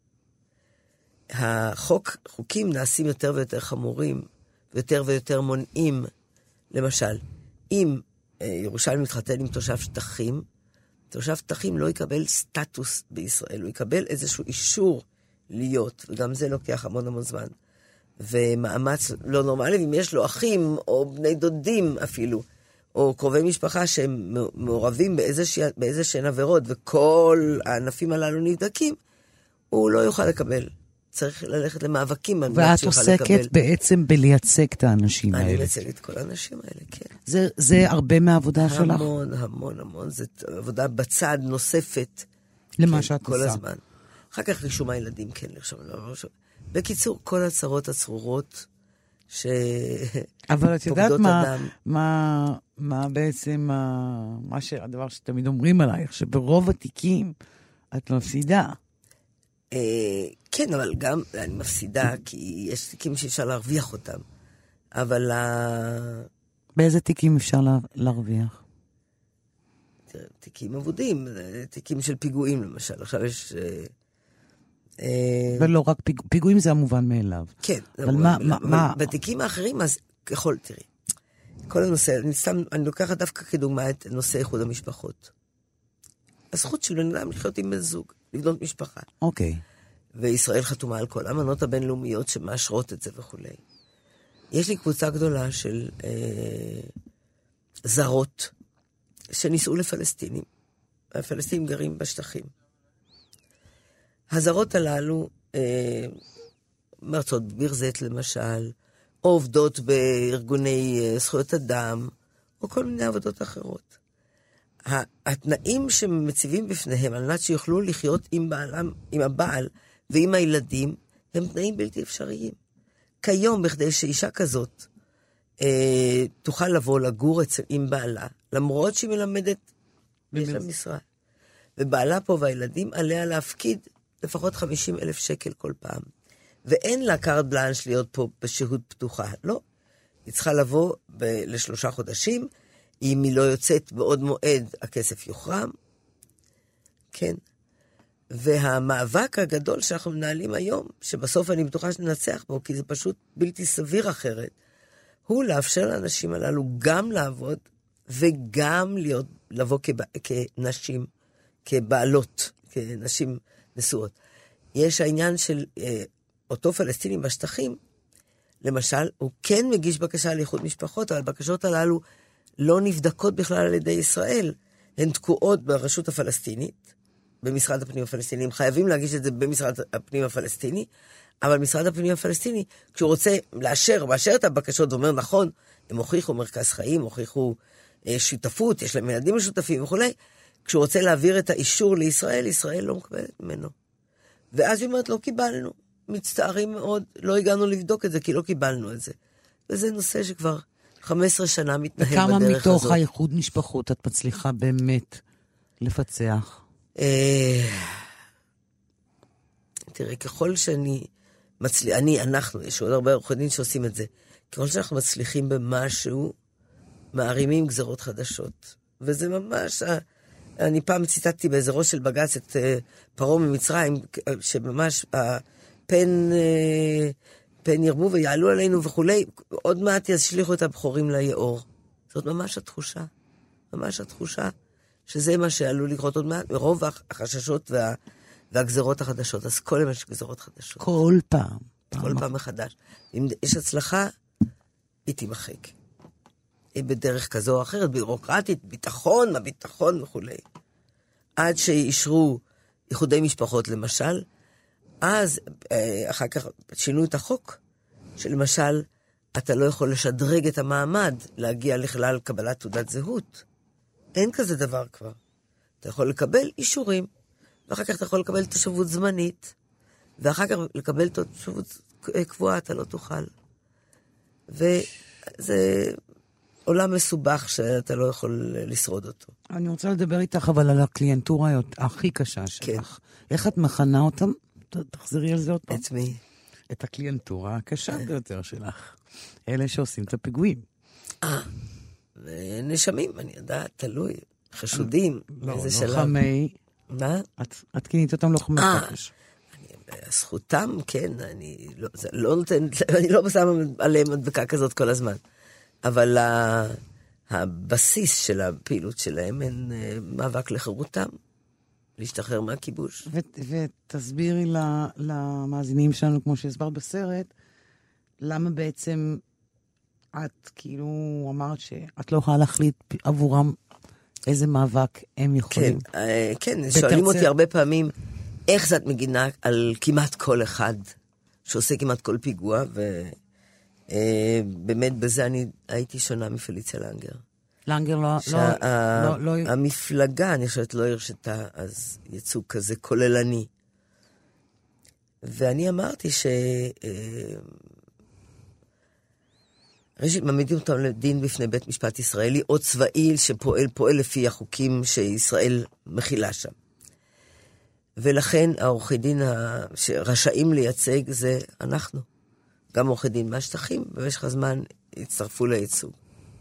החוק, חוקים נעשים יותר ויותר חמורים, ויותר ויותר מונעים. למשל, אם אה, ירושלמי מתחתן עם תושב שטחים, תושב שטחים לא יקבל סטטוס בישראל, הוא יקבל איזשהו אישור להיות, וגם זה לוקח המון המון זמן. ומאמץ לא נורמלי, אם יש לו אחים, או בני דודים אפילו, או קרובי משפחה שהם מעורבים באיזה שהן עבירות, וכל הענפים הללו נבדקים, הוא לא יוכל לקבל. צריך ללכת למאבקים. ואת עוסקת בעצם בלייצג את האנשים האלה. אני מייצג את כל האנשים האלה, כן. זה, זה הרבה מהעבודה שלך? המון, המון, המון. זה עבודה בצד נוספת. למה כן, שאת כל עושה. הזמן. אחר כך רישום הילדים, כן, לרשום. בקיצור, כל הצרות הצרורות ש... אבל את יודעת מה, מה, מה בעצם, מה, מה שהדבר שתמיד אומרים עלייך, שברוב התיקים את מפסידה. כן, אבל גם אני מפסידה, כי יש תיקים שאפשר להרוויח אותם. אבל... באיזה תיקים אפשר להרוויח? תיקים עבודים, תיקים של פיגועים למשל. עכשיו יש... ולא רק פיגוע, פיגועים זה המובן מאליו. כן, אבל מה, מה, מה... בתיקים האחרים, אז ככל, תראי, כל הנושא, אני סתם, אני לוקחת דווקא כדוגמה את נושא איחוד המשפחות. הזכות של בן אדם לחיות עם בן זוג, לבנות משפחה. אוקיי. וישראל חתומה על כל האמנות הבינלאומיות שמאשרות את זה וכו'. יש לי קבוצה גדולה של אה, זרות שניסעו לפלסטינים. הפלסטינים גרים בשטחים. הזרות הללו, אה, מארצות בירזט למשל, או עובדות בארגוני אה, זכויות אדם, או כל מיני עבודות אחרות. התנאים שמציבים בפניהם, על מנת שיוכלו לחיות עם, בעלם, עם הבעל ועם הילדים, הם תנאים בלתי אפשריים. כיום, בכדי שאישה כזאת אה, תוכל לבוא לגור אצל, עם בעלה, למרות שהיא מלמדת, יש לה משרה. ובעלה פה והילדים עליה להפקיד לפחות חמישים אלף שקל כל פעם. ואין לה קארט בלאנש להיות פה בשהות פתוחה. לא. היא צריכה לבוא ב- לשלושה חודשים, אם היא לא יוצאת בעוד מועד, הכסף יוחרם. כן. והמאבק הגדול שאנחנו מנהלים היום, שבסוף אני בטוחה שננצח בו, כי זה פשוט בלתי סביר אחרת, הוא לאפשר לאנשים הללו גם לעבוד, וגם להיות, לבוא כבע, כנשים, כבעלות, כנשים נשואות. יש העניין של אה, אותו פלסטיני בשטחים, למשל, הוא כן מגיש בקשה לאיחוד משפחות, אבל הבקשות הללו לא נבדקות בכלל על ידי ישראל. הן תקועות ברשות הפלסטינית, במשרד הפנים הפלסטיני. הם חייבים להגיש את זה במשרד הפנים הפלסטיני, אבל משרד הפנים הפלסטיני, כשהוא רוצה לאשר, מאשר את הבקשות, ואומר, נכון, הם הוכיחו מרכז חיים, הוכיחו אה, שותפות, יש להם ילדים משותפים וכו'. כשהוא רוצה להעביר את האישור לישראל, ישראל לא מקבלת ממנו. ואז היא אומרת, לא קיבלנו. מצטערים מאוד, לא הגענו לבדוק את זה, כי לא קיבלנו את זה. וזה נושא שכבר חמש עשרה שנה מתנהל בדרך הזאת. וכמה מתוך האיחוד משפחות את מצליחה באמת לפצח? תראה, ככל שאני מצליח, אני, אנחנו, יש עוד הרבה עורכי דין שעושים את זה, ככל שאנחנו מצליחים במשהו, מערימים גזרות חדשות. וזה ממש, אני פעם ציטטתי באיזה ראש של בג"ץ את פרעה ממצרים, שממש הפן, פן ירמו ויעלו עלינו וכולי, עוד מעט ישליחו את הבחורים ליאור. זאת ממש התחושה, ממש התחושה, שזה מה שעלול לקרות עוד מעט, מרוב החששות וה, והגזרות החדשות. אז כל יום יש גזרות חדשות. כל פעם. כל פעם מחדש. אם יש הצלחה, היא תימחק. היא בדרך כזו או אחרת, בירוקרטית, ביטחון, הביטחון וכו'. עד שישרו איחודי משפחות למשל, אז אחר כך שינו את החוק, שלמשל, אתה לא יכול לשדרג את המעמד, להגיע לכלל קבלת תעודת זהות. אין כזה דבר כבר. אתה יכול לקבל אישורים, ואחר כך אתה יכול לקבל תושבות זמנית, ואחר כך לקבל תושבות קבועה, אתה לא תוכל. וזה עולם מסובך שאתה לא יכול לשרוד אותו. אני רוצה לדבר איתך, אבל על הקליינטורה הכי קשה שלך. כן. איך את מכנה אותם? תחזרי על זה עוד פעם. את מי? את הקליינטורה הקשה ביותר שלך. אלה שעושים את הפיגועים. אה, ונשמים, אני יודעת, תלוי. חשודים, לא, איזה שלב. לוחמי... מה? את, את כינית אותם לוחמי חופש. זכותם, כן, אני לא, זה לא נותן, אני לא שמה עליהם מדבקה כזאת כל הזמן. אבל ה, הבסיס של הפעילות שלהם הם מאבק לחירותם, להשתחרר מהכיבוש. ו, ותסבירי למאזינים שלנו, כמו שהסברת בסרט, למה בעצם את כאילו אמרת שאת לא יכולה להחליט עבורם איזה מאבק הם יכולים. כן, כן, שואלים אותי הרבה פעמים, איך זאת מגינה על כמעט כל אחד, שעושה כמעט כל פיגוע, ובאמת בזה אני הייתי שונה מפליציה לנגר. לנגר לא... שה, לא, לא, לא... המפלגה, אני חושבת, לא הרשתה אז ייצוג כזה כוללני. ואני אמרתי ש... ראשית, מעמידים אותם לדין בפני בית משפט ישראלי, או צבאי שפועל פועל לפי החוקים שישראל מכילה שם. ולכן העורכי דין שרשאים לייצג זה אנחנו. גם עורכי דין מהשטחים, במשך הזמן הצטרפו לייצוג.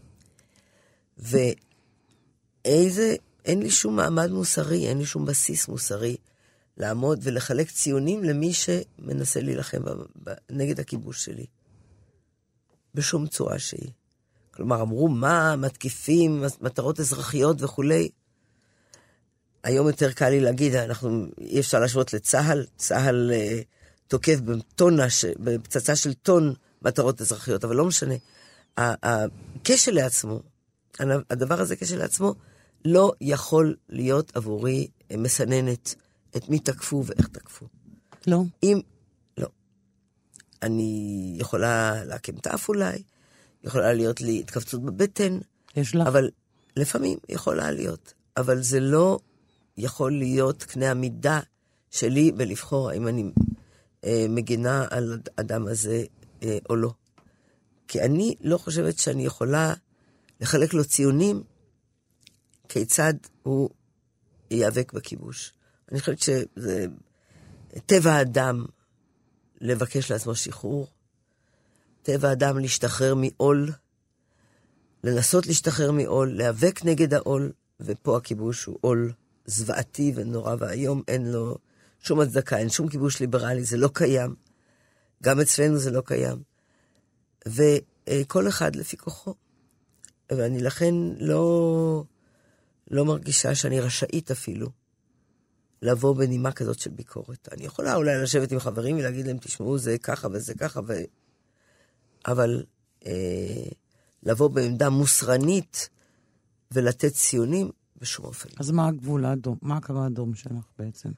ואיזה, אין לי שום מעמד מוסרי, אין לי שום בסיס מוסרי לעמוד ולחלק ציונים למי שמנסה להילחם נגד הכיבוש שלי. בשום צורה שהיא. כלומר, אמרו מה, מתקיפים, מטרות אזרחיות וכולי. היום יותר קל לי להגיד, אנחנו, אי אפשר להשוות לצהל, צהל אה, תוקף בטונה, ש, בפצצה של טון מטרות אזרחיות, אבל לא משנה. הכשל לעצמו, הדבר הזה כשל לעצמו, לא יכול להיות עבורי מסננת את מי תקפו ואיך תקפו. לא. אם, לא. אני יכולה להקים תף אולי, יכולה להיות לי התכווצות בבטן, יש לך. אבל לפעמים יכולה להיות. אבל זה לא יכול להיות קנה המידה שלי בלבחור האם אני אה, מגינה על אדם הזה אה, או לא. כי אני לא חושבת שאני יכולה לחלק לו ציונים כיצד הוא ייאבק בכיבוש. אני חושבת שזה טבע האדם לבקש לעצמו שחרור, טבע האדם להשתחרר מעול, לנסות להשתחרר מעול, להיאבק נגד העול, ופה הכיבוש הוא עול זוועתי ונורא, והיום אין לו שום הצדקה, אין שום כיבוש ליברלי, זה לא קיים. גם אצלנו זה לא קיים. וכל אחד לפי כוחו. ואני לכן לא, לא מרגישה שאני רשאית אפילו לבוא בנימה כזאת של ביקורת. אני יכולה אולי לשבת עם חברים ולהגיד להם, תשמעו, זה ככה וזה ככה, ו... אבל אה, לבוא בעמדה מוסרנית ולתת ציונים בשום אופן. אז מה הגבול האדום? מה הקו האדום שלך בעצם?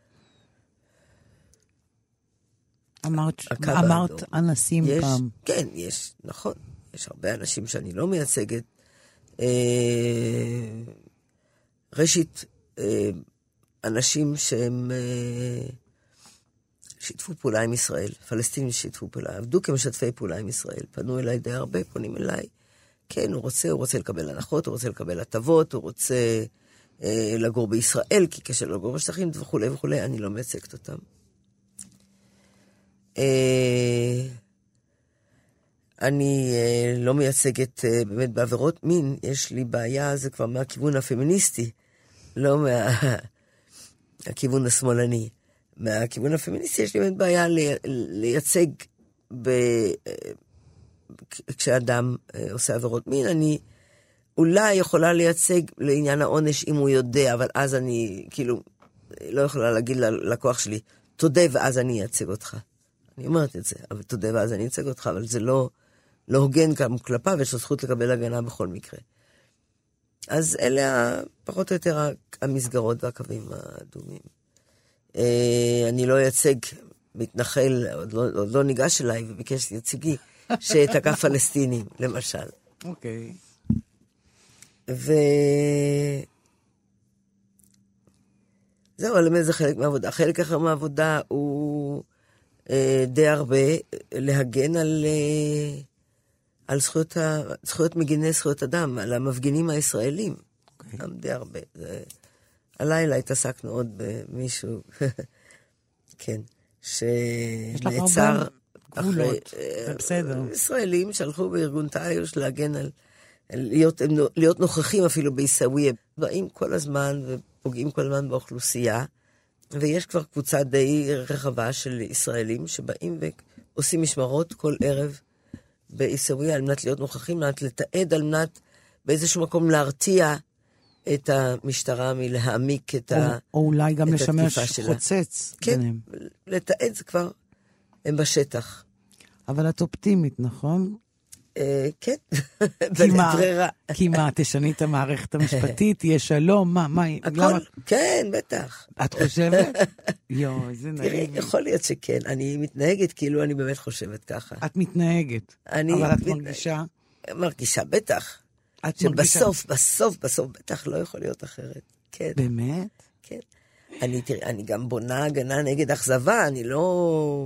אמרת, אמרת אנסים יש, פעם. כן, יש, נכון. יש הרבה אנשים שאני לא מייצגת. אה, ראשית, אה, אנשים שהם אה, שיתפו פעולה עם ישראל, פלסטינים שיתפו פעולה, עבדו כמשתפי פעולה עם ישראל, פנו אליי די הרבה, פונים אליי. כן, הוא רוצה, הוא רוצה לקבל הנחות, הוא רוצה לקבל הטבות, הוא רוצה אה, לגור בישראל, כי קשה לגור בשטחים וכו' וכו', אני לא מייצגת אותם. אה, אני אה, לא מייצגת אה, באמת בעבירות מין, יש לי בעיה, זה כבר מהכיוון הפמיניסטי, לא מהכיוון השמאלני. מהכיוון הפמיניסטי יש לי באמת בעיה לי, לייצג ב... כשאדם עושה עבירות מין, אני אולי יכולה לייצג לעניין העונש אם הוא יודע, אבל אז אני כאילו לא יכולה להגיד ללקוח שלי, תודה ואז אני אייצג אותך. אני אומרת את זה, אבל תודה ואז אני אייצג אותך, אבל זה לא, לא הוגן גם כלפיו, יש לו זכות לקבל הגנה בכל מקרה. אז אלה פחות או יותר המסגרות והקווים האדומים. אני לא אייצג מתנחל, עוד לא, עוד לא ניגש אליי וביקש להציגי, שתקף פלסטינים, למשל. אוקיי. ו... זהו, אבל זה חלק מהעבודה. חלק אחר מהעבודה הוא אה, די הרבה להגן על, אה, על זכויות, ה... זכויות מגיני זכויות אדם, על המפגינים הישראלים. אוקיי. גם די הרבה. זה... הלילה התעסקנו עוד במישהו, כן, שנעצר... גבולות, זה בסדר. ישראלים שהלכו בארגון תאיוש להגן על, להיות, להיות נוכחים אפילו בעיסאוויה, באים כל הזמן ופוגעים כל הזמן באוכלוסייה, ויש כבר קבוצה די רחבה של ישראלים שבאים ועושים משמרות כל ערב בעיסאוויה על מנת להיות נוכחים, על מנת לתעד, על מנת באיזשהו מקום להרתיע את המשטרה מלהעמיק את התקיפה שלה. או אולי גם לשמש חוצץ. כן, לתעד זה כבר, הם בשטח. אבל את אופטימית, נכון? כן, בלברירה. כי מה, תשני את המערכת המשפטית, תהיה שלום, מה, מה, הכל, כן, בטח. את חושבת? יו, איזה נעים. יכול להיות שכן, אני מתנהגת כאילו אני באמת חושבת ככה. את מתנהגת, אבל את מרגישה? מרגישה, בטח. שבסוף, בסוף, בסוף, בטח לא יכול להיות אחרת. כן. באמת? כן. אני, תראי, אני גם בונה הגנה נגד אכזבה, אני לא...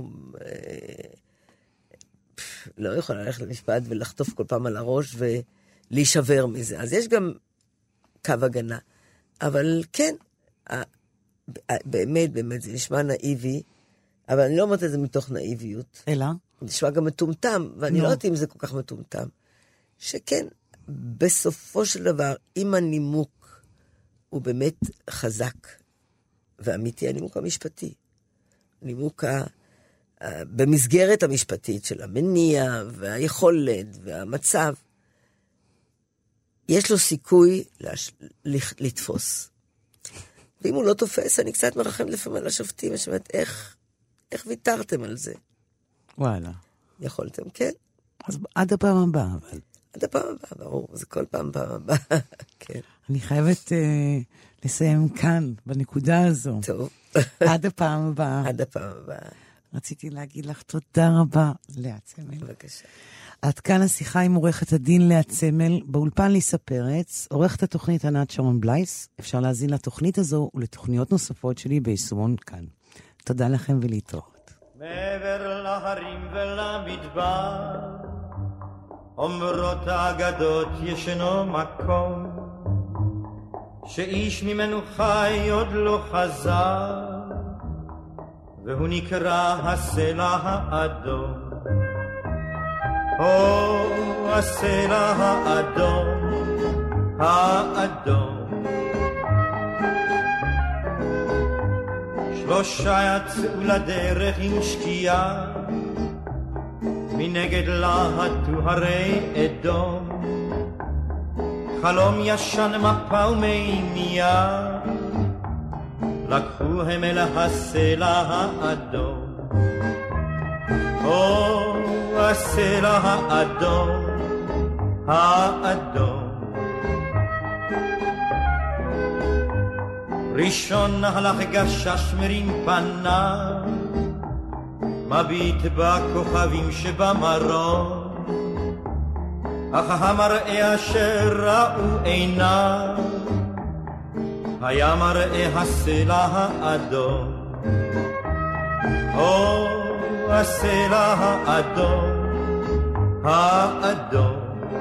לא יכולה ללכת למשפט ולחטוף כל פעם על הראש ולהישבר מזה. אז יש גם קו הגנה. אבל כן, באמת, באמת, זה נשמע נאיבי, אבל אני לא אומרת את זה מתוך נאיביות. אלא? נשמע גם מטומטם, ואני לא יודעת אם זה כל כך מטומטם. שכן, בסופו של דבר, אם הנימוק הוא באמת חזק ואמיתי, הנימוק המשפטי, הנימוק ה... במסגרת המשפטית של המניע והיכולת והמצב, יש לו סיכוי לש... לתפוס. ואם הוא לא תופס, אני קצת מרחם לפעמים על השופטים, אני אומרת, איך, איך ויתרתם על זה? וואלה. יכולתם, כן. אז עד הפעם הבאה, אבל. עד הפעם הבאה, ברור, זה כל פעם פעם הבאה, כן. אני חייבת אה, לסיים כאן, בנקודה הזו. טוב. עד הפעם הבאה. עד הפעם הבאה. רציתי להגיד לך תודה רבה, לאה צמל. בבקשה. עד כאן השיחה עם עורכת הדין לאה צמל, באולפן ליסה פרץ, עורכת התוכנית ענת שרון בלייס. אפשר להזין לתוכנית הזו ולתוכניות נוספות שלי ביישומון כאן. תודה לכם ולהתראות. מעבר להרים ולמדבר, אומרות האגדות ישנו מקום, שאיש ממנו חי עוד לא חזר, והוא נקרא הסלע האדום. או הסלע האדום, האדום. שלושה יצאו לדרך עם שקיעה, מנגד להטו הרי אדום. חלום ישן מפה ומימייה, לקחו הם אל הסלע האדום. או הסלע האדום, האדום. ראשון הלך גשש מרים פניו, מביט בכוכבים שבמרום, אך המראה אשר ראו עיניו היה מראה הסלע האדום. או הסלע האדום, האדום.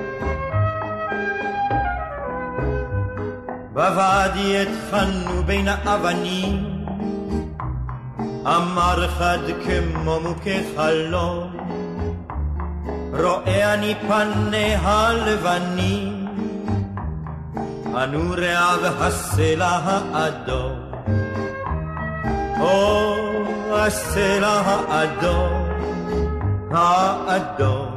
בוואדי התחנו בין האבנים, אמר חד כמו מוכה חלום, רואה אני פניה לבנים, הנוריה והסלע האדום. או הסלע האדום, האדום.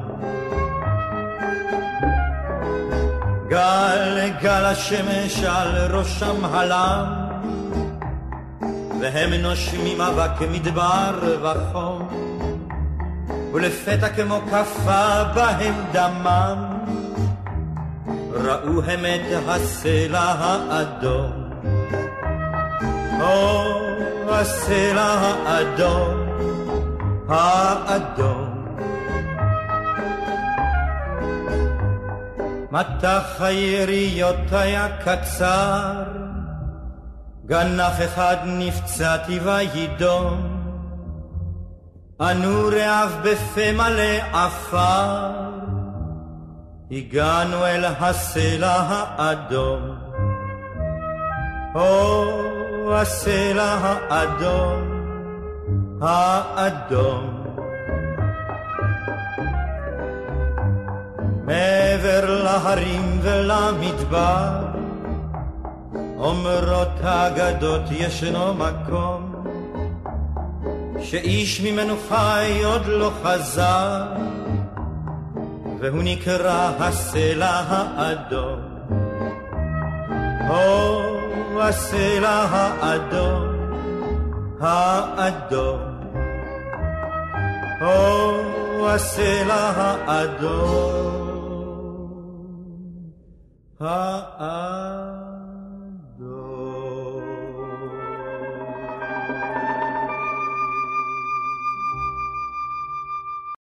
גל גל השמש על ראשם הלם, והם נושמים אבק מדבר וחום, ולפתע כמו כפה בהם דמם, ראו הם את הסלע האדום. או הסלע האדום, האדום. מטח היריות היה קצר, גנח אחד נפצעתי וידום, אנו רעב בפה מלא עפר, הגענו אל הסלע האדום. או הסלע האדום, האדום. להרים ולמדבר, אומרות האגדות ישנו מקום, שאיש ממנו חי עוד לא חזר, והוא נקרא הסלע האדום. או הסלע האדום, האדום, או הסלע האדום, האדום.